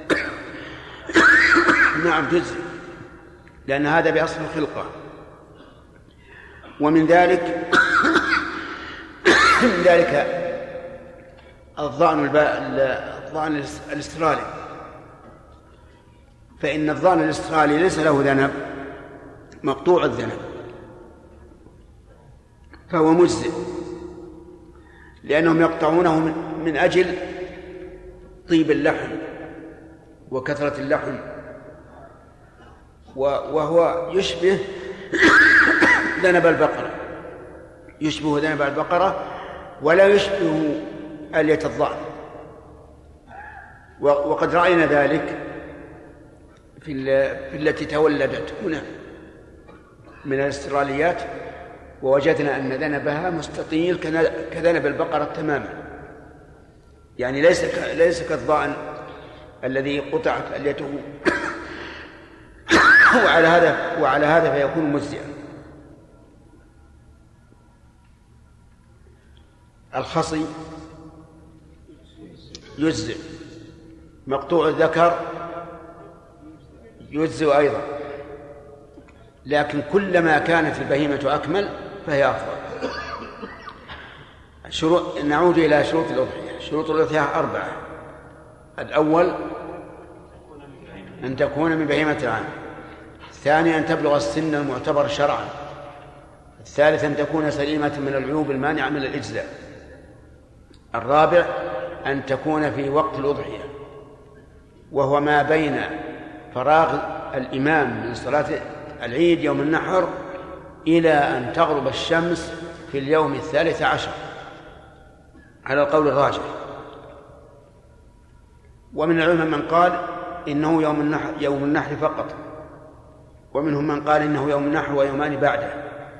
نعم تجزي، لأن هذا بأصل الخلقة. ومن ذلك من ذلك الضأن الضأن الاسترالي، فإن الضأن الاسترالي ليس له ذنب، مقطوع الذنب، فهو مجزئ، لأنهم يقطعونه من أجل طيب اللحم وكثرة اللحم، وهو يشبه ذنب البقرة، يشبه ذنب البقرة ولا يشبه آلية الضأن. وقد رأينا ذلك في التي تولدت هنا من الاستراليات، ووجدنا أن ذنبها مستطيل كذنب البقرة تماما، يعني ليس ليس كالضأن الذي قطعت آليته وعلى هذا وعلى هذا فيكون مجزئا. الخصي يجزئ، مقطوع الذكر يجزئ أيضا، لكن كلما كانت البهيمة أكمل فهي أفضل. شروط، نعود إلى شروط الأضحية. شروط الأضحية أربعة: الأول أن تكون من بهيمة العام، الثاني أن تبلغ السن المعتبر شرعا، الثالث أن تكون سليمة من العيوب المانعة من الإجزاء، الرابع أن تكون في وقت الأضحية وهو ما بين فراغ الإمام من صلاة العيد يوم النحر إلى أن تغرب الشمس في اليوم الثالث عشر على القول الراجح. ومن العلماء من قال إنه يوم النحر يوم النحر فقط، ومنهم من قال إنه يوم النحر ويومان بعده،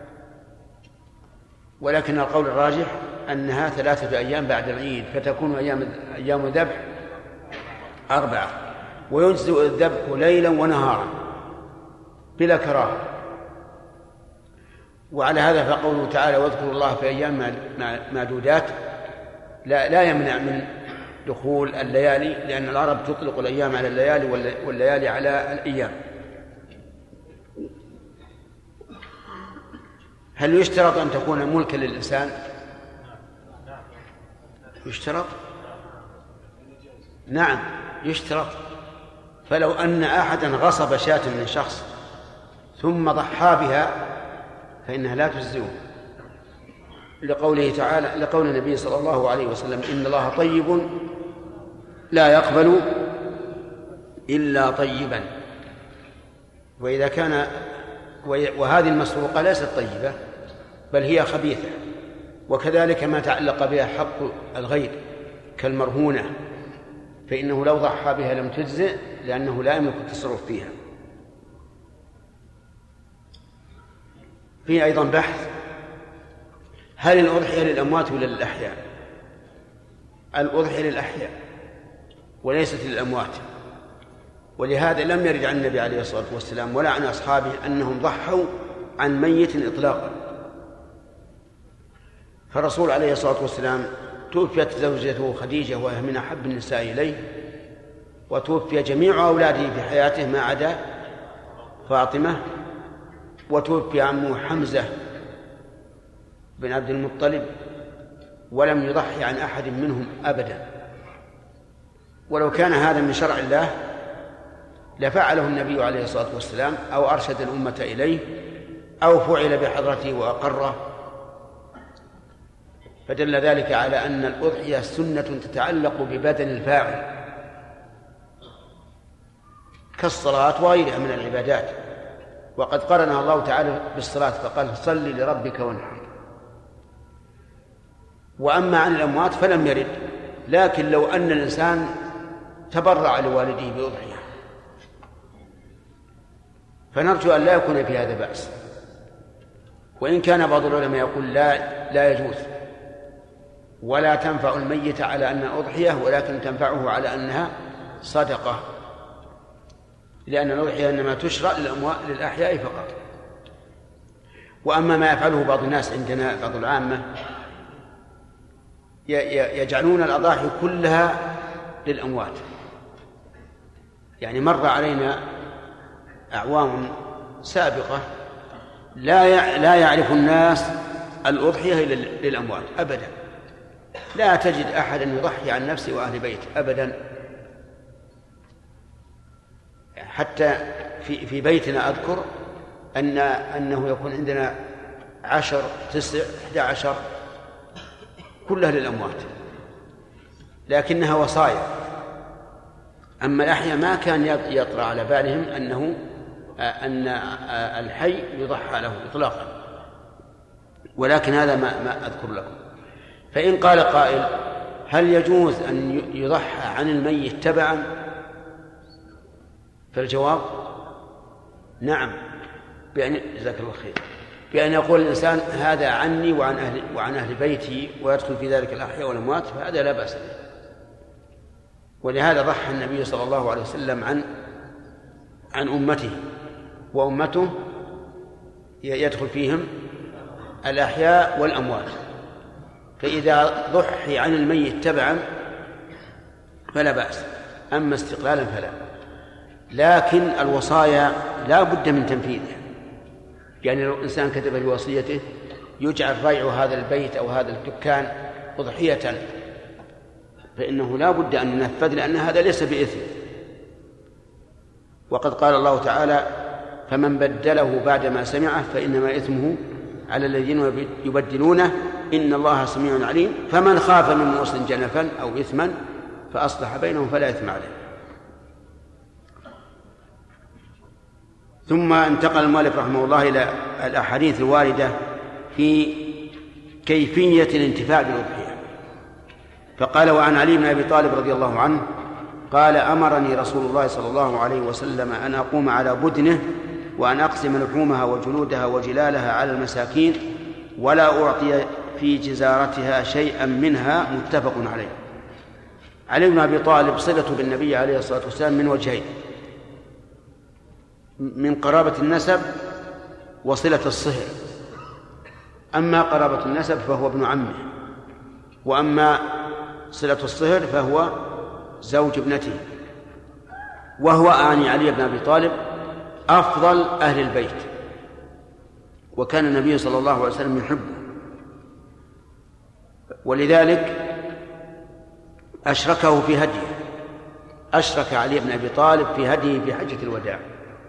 ولكن القول الراجح أنها ثلاثة أيام بعد العيد، فتكون أيام أيام الذبح أربعة، ويجزئ الذبح ليلا ونهارا بلا كراهة. وعلى هذا فقوله تعالى: واذكروا الله في أيام معدودات لا لا يمنع من دخول الليالي، لأن العرب تطلق الأيام على الليالي والليالي على الأيام. هل يشترط أن تكون ملكا للإنسان؟ يشترط؟ نعم يشترط. فلو أن أحدا غصب شاة من شخص ثم ضحى بها فإنها لا تجزئه، لقوله تعالى لقول النبي صلى الله عليه وسلم: إن الله طيب لا يقبل إلا طيبا. وإذا كان وهذه المسروقة ليست طيبة بل هي خبيثة، وكذلك ما تعلق بها حق الغير كالمرهونة، فإنه لو ضحى بها لم تجزئ لأنه لا يملك التصرف فيها. في أيضا بحث: هل الأضحية للأموات ولا للأحياء؟ الأضحية للأحياء وليست للأموات، ولهذا لم يرد عن النبي عليه الصلاة والسلام ولا عن أصحابه أنهم ضحوا عن ميت إطلاقا. فالرسول عليه الصلاة والسلام توفيت زوجته خديجة وهي من أحب النساء إليه، وتوفي جميع أولاده في حياته ما عدا فاطمة، وتوفي عمه حمزة بن عبد المطلب ولم يضحي عن أحد منهم أبدا. ولو كان هذا من شرع الله لفعله النبي عليه الصلاة والسلام أو أرشد الأمة إليه أو فعل بحضرته وأقره. فدل ذلك على أن الأضحية سنة تتعلق ببدن الفاعل كالصلاة وغيرها من العبادات، وقد قرنها الله تعالى بالصلاة فقال صل لربك وانحر. وأما عن الأموات فلم يرد، لكن لو أن الإنسان تبرع لوالده بأضحية فنرجو أن لا يكون في هذا بأس، وإن كان بعض العلماء يقول لا لا يجوز ولا تنفع الميت على أنها أضحية، ولكن تنفعه على أنها صدقة، لأن الأضحية إنما تشرع للأموات للأحياء فقط. وأما ما يفعله بعض الناس عندنا بعض العامة يجعلون الأضاحي كلها للأموات. يعني مر علينا أعوام سابقة لا لا يعرف الناس الأضحية للأموات أبدا، لا تجد أحدا يضحي عن نفسه وأهل بيته أبدا. حتى في في بيتنا أذكر أن أنه يكون عندنا عشر تسع إحدى عشر كلها للأموات، لكنها وصايا. أما الأحياء ما كان يطرأ على بالهم أنه أن الحي يضحى له إطلاقا، ولكن هذا ما, ما أذكر لكم. فإن قال قائل هل يجوز أن يضحى عن الميت تبعا؟ فالجواب نعم، بأن جزاك الله خير، بأن يقول الإنسان هذا عني وعن أهل, وعن أهل بيتي ويدخل في ذلك الأحياء والأموات، فهذا لا بأس به. ولهذا ضحى النبي صلى الله عليه وسلم عن عن أمته، وأمته يدخل فيهم الأحياء والأموات. فإذا ضحي عن الميت تبعا فلا بأس، أما استقلالا فلا. لكن الوصايا لا بد من تنفيذها، يعني لو إنسان كتب في وصيته يجعل ريع هذا البيت أو هذا الدكان أضحية فإنه لا بد أن ينفذ، لأن هذا ليس بإثم. وقد قال الله تعالى فمن بدله بعدما سمعه فإنما إثمه على الذين يبدلونه إن الله سميع عليم. فمن خاف من موص جنفا أو إثما فأصلح بينهم فلا إثم عليه. ثم انتقل المؤلف رحمه الله إلى الأحاديث الواردة في كيفية الانتفاع بالأضحية. فقال وعن علي بن أبي طالب رضي الله عنه قال أمرني رسول الله صلى الله عليه وسلم أن أقوم على بدنه وأن أقسم لحومها وجلودها وجلالها على المساكين ولا أعطي في جزارتها شيئا منها، متفق عليه. علي بن أبي طالب صلته بالنبي عليه الصلاة والسلام من وجهين: من قرابة النسب وصلة الصهر. أما قرابة النسب فهو ابن عمه، وأما صلة الصهر فهو زوج ابنته. وهو آني علي بن أبي طالب أفضل أهل البيت، وكان النبي صلى الله عليه وسلم يحبه، ولذلك أشركه في هديه، أشرك علي بن أبي طالب في هديه في حجة الوداع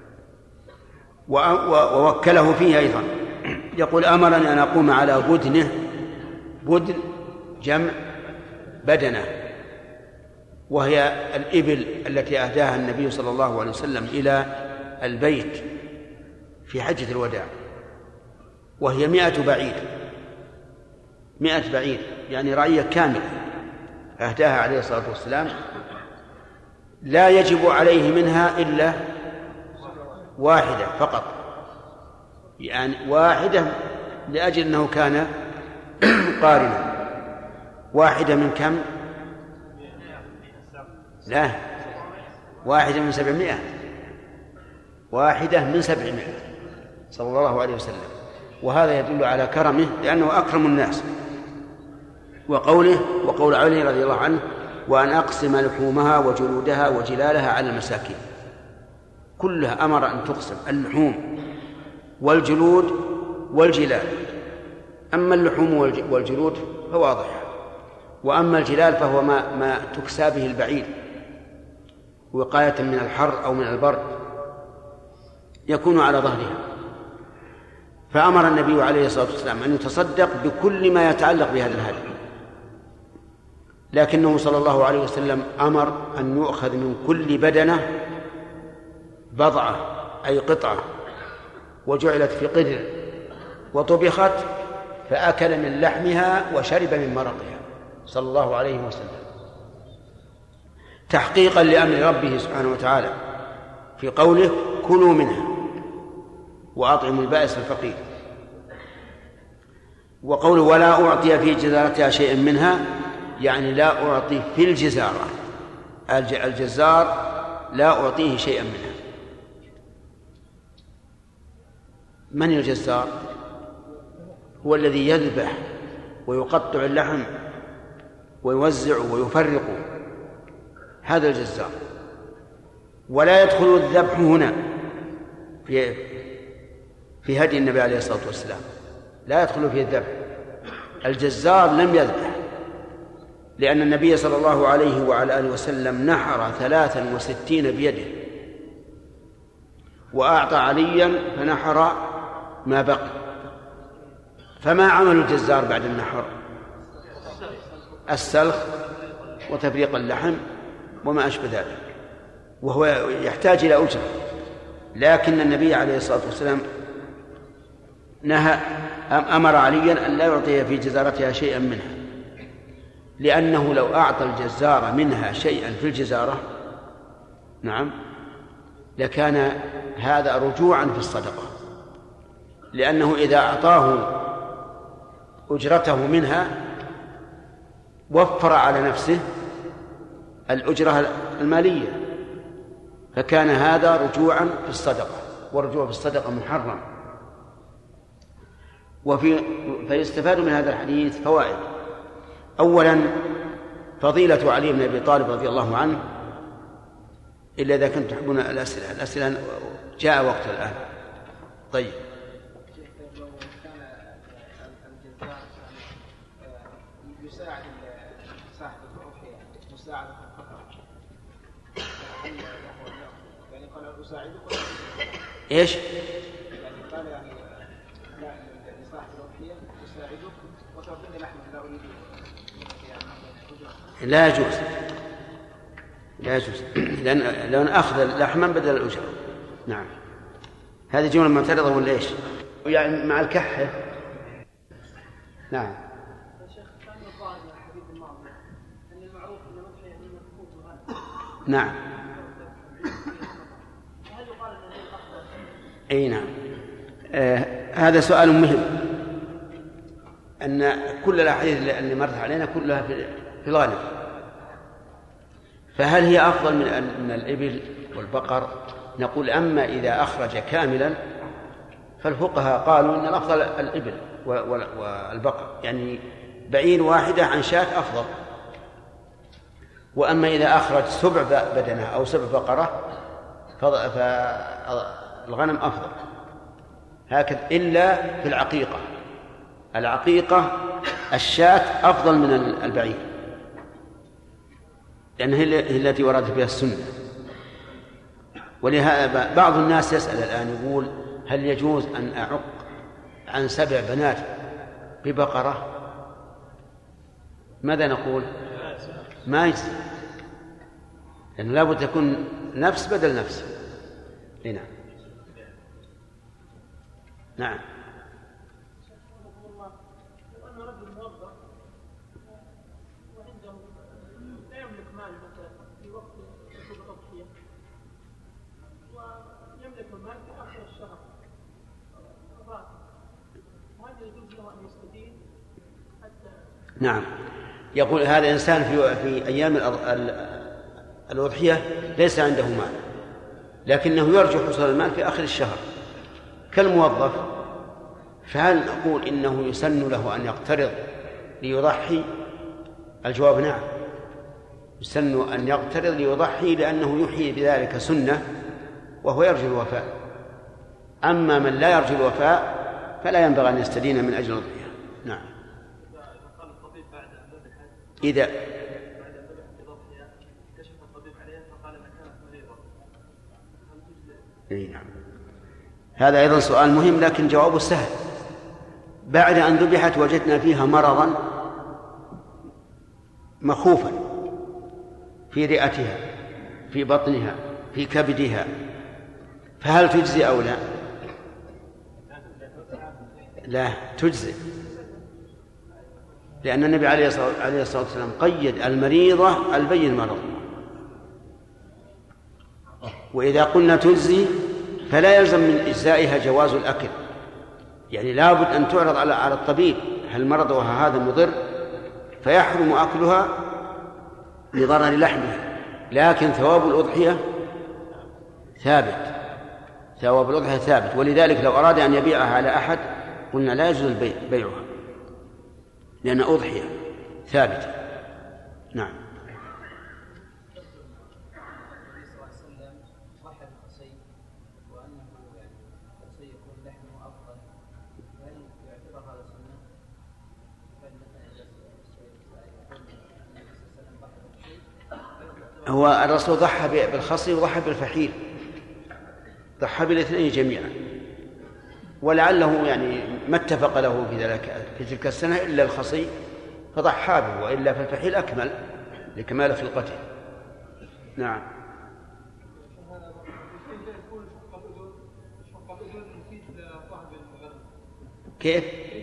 ووكله فيه أيضا. يقول أمرني أن أقوم على بدنه، بدن جمع بدنه، وهي الإبل التي أهداها النبي صلى الله عليه وسلم إلى البيت في حجة الوداع، وهي مئة بعير، مئة بعير يعني رعية كاملة أهداها عليه الصلاة والسلام، لا يجب عليه منها إلا واحدة فقط، يعني واحدة لأجل أنه كان قارنا. واحدة من كم؟ لا، واحدة من سبعمائة، واحدة من سبعمائة صلى الله عليه وسلم. وهذا يدل على كرمه لأنه أكرم الناس. وقوله وقول علي رضي الله عنه وأن أقسم لحومها وجلودها وجلالها على المساكين، كلها أمر أن تقسم، اللحوم والجلود والجلال. أما اللحوم والجلود فواضح، وأما الجلال فهو ما, ما تكسى به البعير وقاية من الحر أو من البرد، يكون على ظهرها. فأمر النبي عليه الصلاة والسلام أن يتصدق بكل ما يتعلق بهذا الهدي، لكنه صلى الله عليه وسلم أمر أن يؤخذ من كل بدنة بضعة أي قطعة، وجعلت في قدر وطبخت فأكل من لحمها وشرب من مرقها صلى الله عليه وسلم، تحقيقا لأمر ربه سبحانه وتعالى في قوله كلوا منها وأطعموا البائس الفقير. وقوله ولا أعطي في جزارتها شيئا منها يعني لا أعطي في الجزارة، الجزار لا أعطيه شيئا منها. من الجزار؟ هو الذي يذبح ويقطع اللحم ويوزع ويفرق، هذا الجزار. ولا يدخل الذبح هنا في في هدي النبي عليه الصلاة والسلام، لا يدخل فيه الذبح. الجزار لم يذبح، لأن النبي صلى الله عليه وعلى آله وسلم نحر ثلاثا وستين بيده، وأعطى عليا فنحر ما بقي. فما عمل الجزار بعد النحر؟ السلخ وتفريق اللحم وما أشبه ذلك، وهو يحتاج إلى أجرة. لكن النبي عليه الصلاة والسلام نهى أمر عليا أن لا يعطي في جزارتها شيئا منها، لأنه لو أعطى الجزار منها شيئا في الجزارة نعم لكان هذا رجوعا في الصدقة، لأنه إذا أعطاه أجرته منها وفر على نفسه الأجرة المالية، فكان هذا رجوعا في الصدقة، والرجوع في الصدقة محرم. وفي فيستفاد من هذا الحديث فوائد. أولا فضيلة علي بن أبي طالب رضي الله عنه، إلا إذا كنتم تحبون الأسئلة. الأسئلة جاء وقت الآن. طيب يساعد صاحب الأضحية مساعدة الفقراء، يعني قال أساعدكم إيش؟ يعني قال يعني لا لصاحب الأضحية أساعدك وتعطيني لحمة لا أريد لا يجوز، لا يجوز، لأن لو أخذ لحما بدل الأجرة. نعم هذه جملة معترضة ولا إيش؟ يعني مع الكحة. نعم نعم أي نعم. آه هذا سؤال مهم، أن كل الأحاديث اللي مرت علينا كلها في في الغالب، فهل هي أفضل من من الإبل والبقر؟ نقول أما إذا أخرج كاملا فالفقهاء قالوا إن الأفضل الإبل والبقر، يعني بعير واحدة عن شاة أفضل. وأما إذا أخرج سبع بدنة أو سبع بقرة فالغنم أفضل. هكذا إلا في العقيقة، العقيقة الشاة أفضل من البعير، لأن هي التي وردت بها السنة. ولهذا بعض الناس يسأل الآن يقول هل يجوز أن أعق عن سبع بنات ببقرة؟ ماذا نقول؟ ما يجوز، لأنه لابد تكون نفس بدل نفس. هنا نعم نعم. يقول هذا إنسان في في أيام الأضحية ليس عنده مال، لكنه يرجو حصول المال في آخر الشهر كالموظف، فهل نقول إنه يسن له أن يقترض ليضحي؟ الجواب نعم، يسن أن يقترض ليضحي، لأنه يحيي بذلك سنة وهو يرجو الوفاء. أما من لا يرجو الوفاء فلا ينبغي أن يستدين من أجل الأضحية. نعم. إذا كشف الطبيب عليها فقال أنها كانت مريضة. نعم. هذا أيضا سؤال مهم لكن جوابه سهل. بعد أن ذبحت وجدنا فيها مرضا مخوفا في رئتها في بطنها في كبدها، فهل تجزي أو لا؟ لا تجزي، لأن النبي عليه الصلاة والسلام قيد المريضة البين مرض. وإذا قلنا تجزي فلا يلزم من إجزائها جواز الأكل، يعني لابد أن تعرض على على الطبيب هل مرضها هذا مضر فيحرم أكلها لضرر لحمها، لكن ثواب الأضحية ثابت، ثواب الأضحية ثابت. ولذلك لو أراد أن يبيعها على أحد قلنا لا يجوز البيع بيعها لأن أضحية ثابتة. نعم. هو الرسول ضحى بالخصي وضحى بالفحيل، ضحى بالاثنين جميعا، ولعله يعني ما اتفق له في ذلك في تلك السنة إلا الخصي فضحى به، وإلا فالفحيل أكمل لكمال خلقته. نعم. كيف؟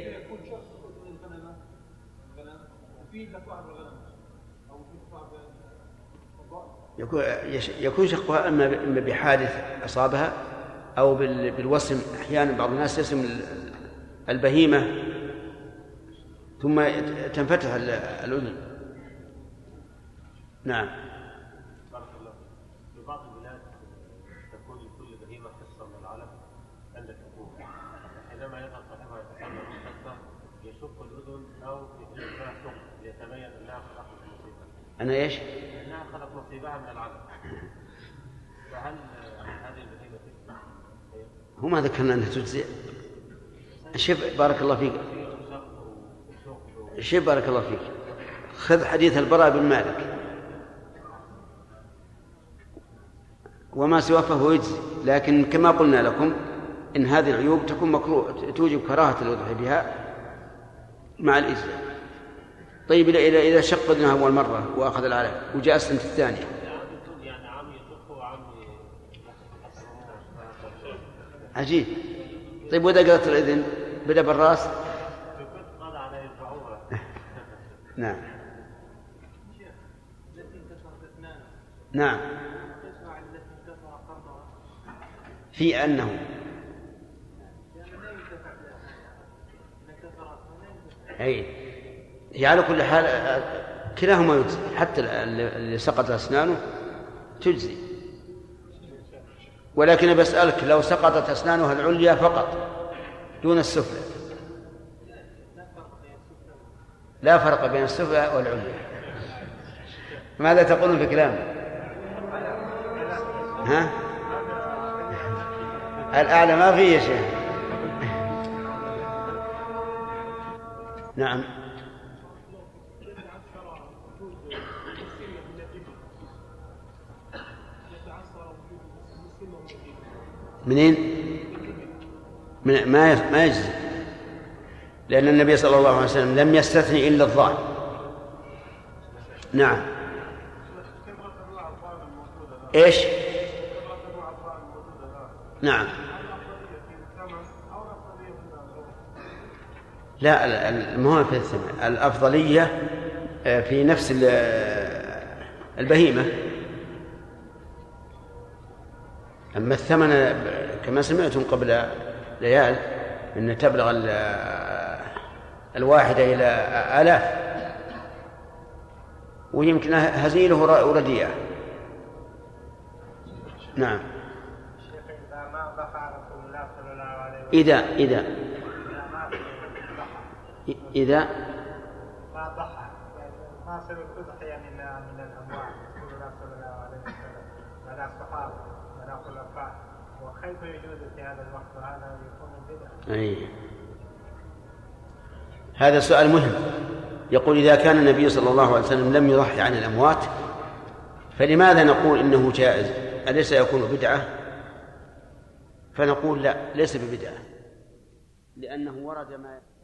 يكون شقها إما بحادث أصابها أو بالوسم. أحيانا بعض الناس يسم البهيمة ثم تنفتح الأذن. نعم. بارك الله. في بعض البلاد تكون لكل بهيمة حصة من العلف عند الحكومة، حينما يذهب صاحبها يتسلل الحصة يشق الأذن أو يجلس لها شق ليتبين أنها خلقت نصيبها. أنا إيش؟ أنها خلقت نصيبها من العلف. فهل هذه البهيمة تجزي؟ هو ما ذكرنا أنها تجزي. شوف بارك الله فيك، شوف بارك الله فيك، خذ حديث البراء بن مالك وما سواه فهو يجزي، لكن كما قلنا لكم إن هذه العيوب تكون مكروه توجب كراهة الوضع بها مع الإجزاء. طيب إذا إذا شق أذنها أول مرة وأخذ العلف وجاء السنة الثانية عجيب. طيب وإذا قلت الإذن بدأ بالرأس. نعم نعم في أنه أي هي على كل حال كلاهما يجزي، حتى اللي سقط أسنانه تجزي. ولكن بسألك لو سقطت أسنانها العليا فقط دون السفلى لا فرق بين السفلى والعليا، ماذا تقولون في كلامه؟ ها؟ الأعلى ما فيه يا شيخ. نعم. منين؟ من ما ما يجزي، لأن النبي صلى الله عليه وسلم لم يستثني إلا الظاهر. نعم. إيش؟ نعم. لا المهم في الثمن، الأفضلية في نفس البهيمة، أما الثمن كما سمعتم قبل ليال أن تبلغ الواحدة إلى آلاف، ويمكن هزيله رديئة. نعم. إذا إذا إذا ما ضحى ما سبب تضحية من من الأموال رسول الله صلى الله عليه وسلم ولا الصحابة ولا خلفاء، وكيف يجوز في هذا الوقت وهذا يكون بدعة؟ أي هذا سؤال مهم. يقول إذا كان النبي صلى الله عليه وسلم لم يضحي عن الأموات فلماذا نقول إنه جائز؟ أليس يكون بدعة؟ فنقول لا، ليس ببدعة، لأنه ورد ما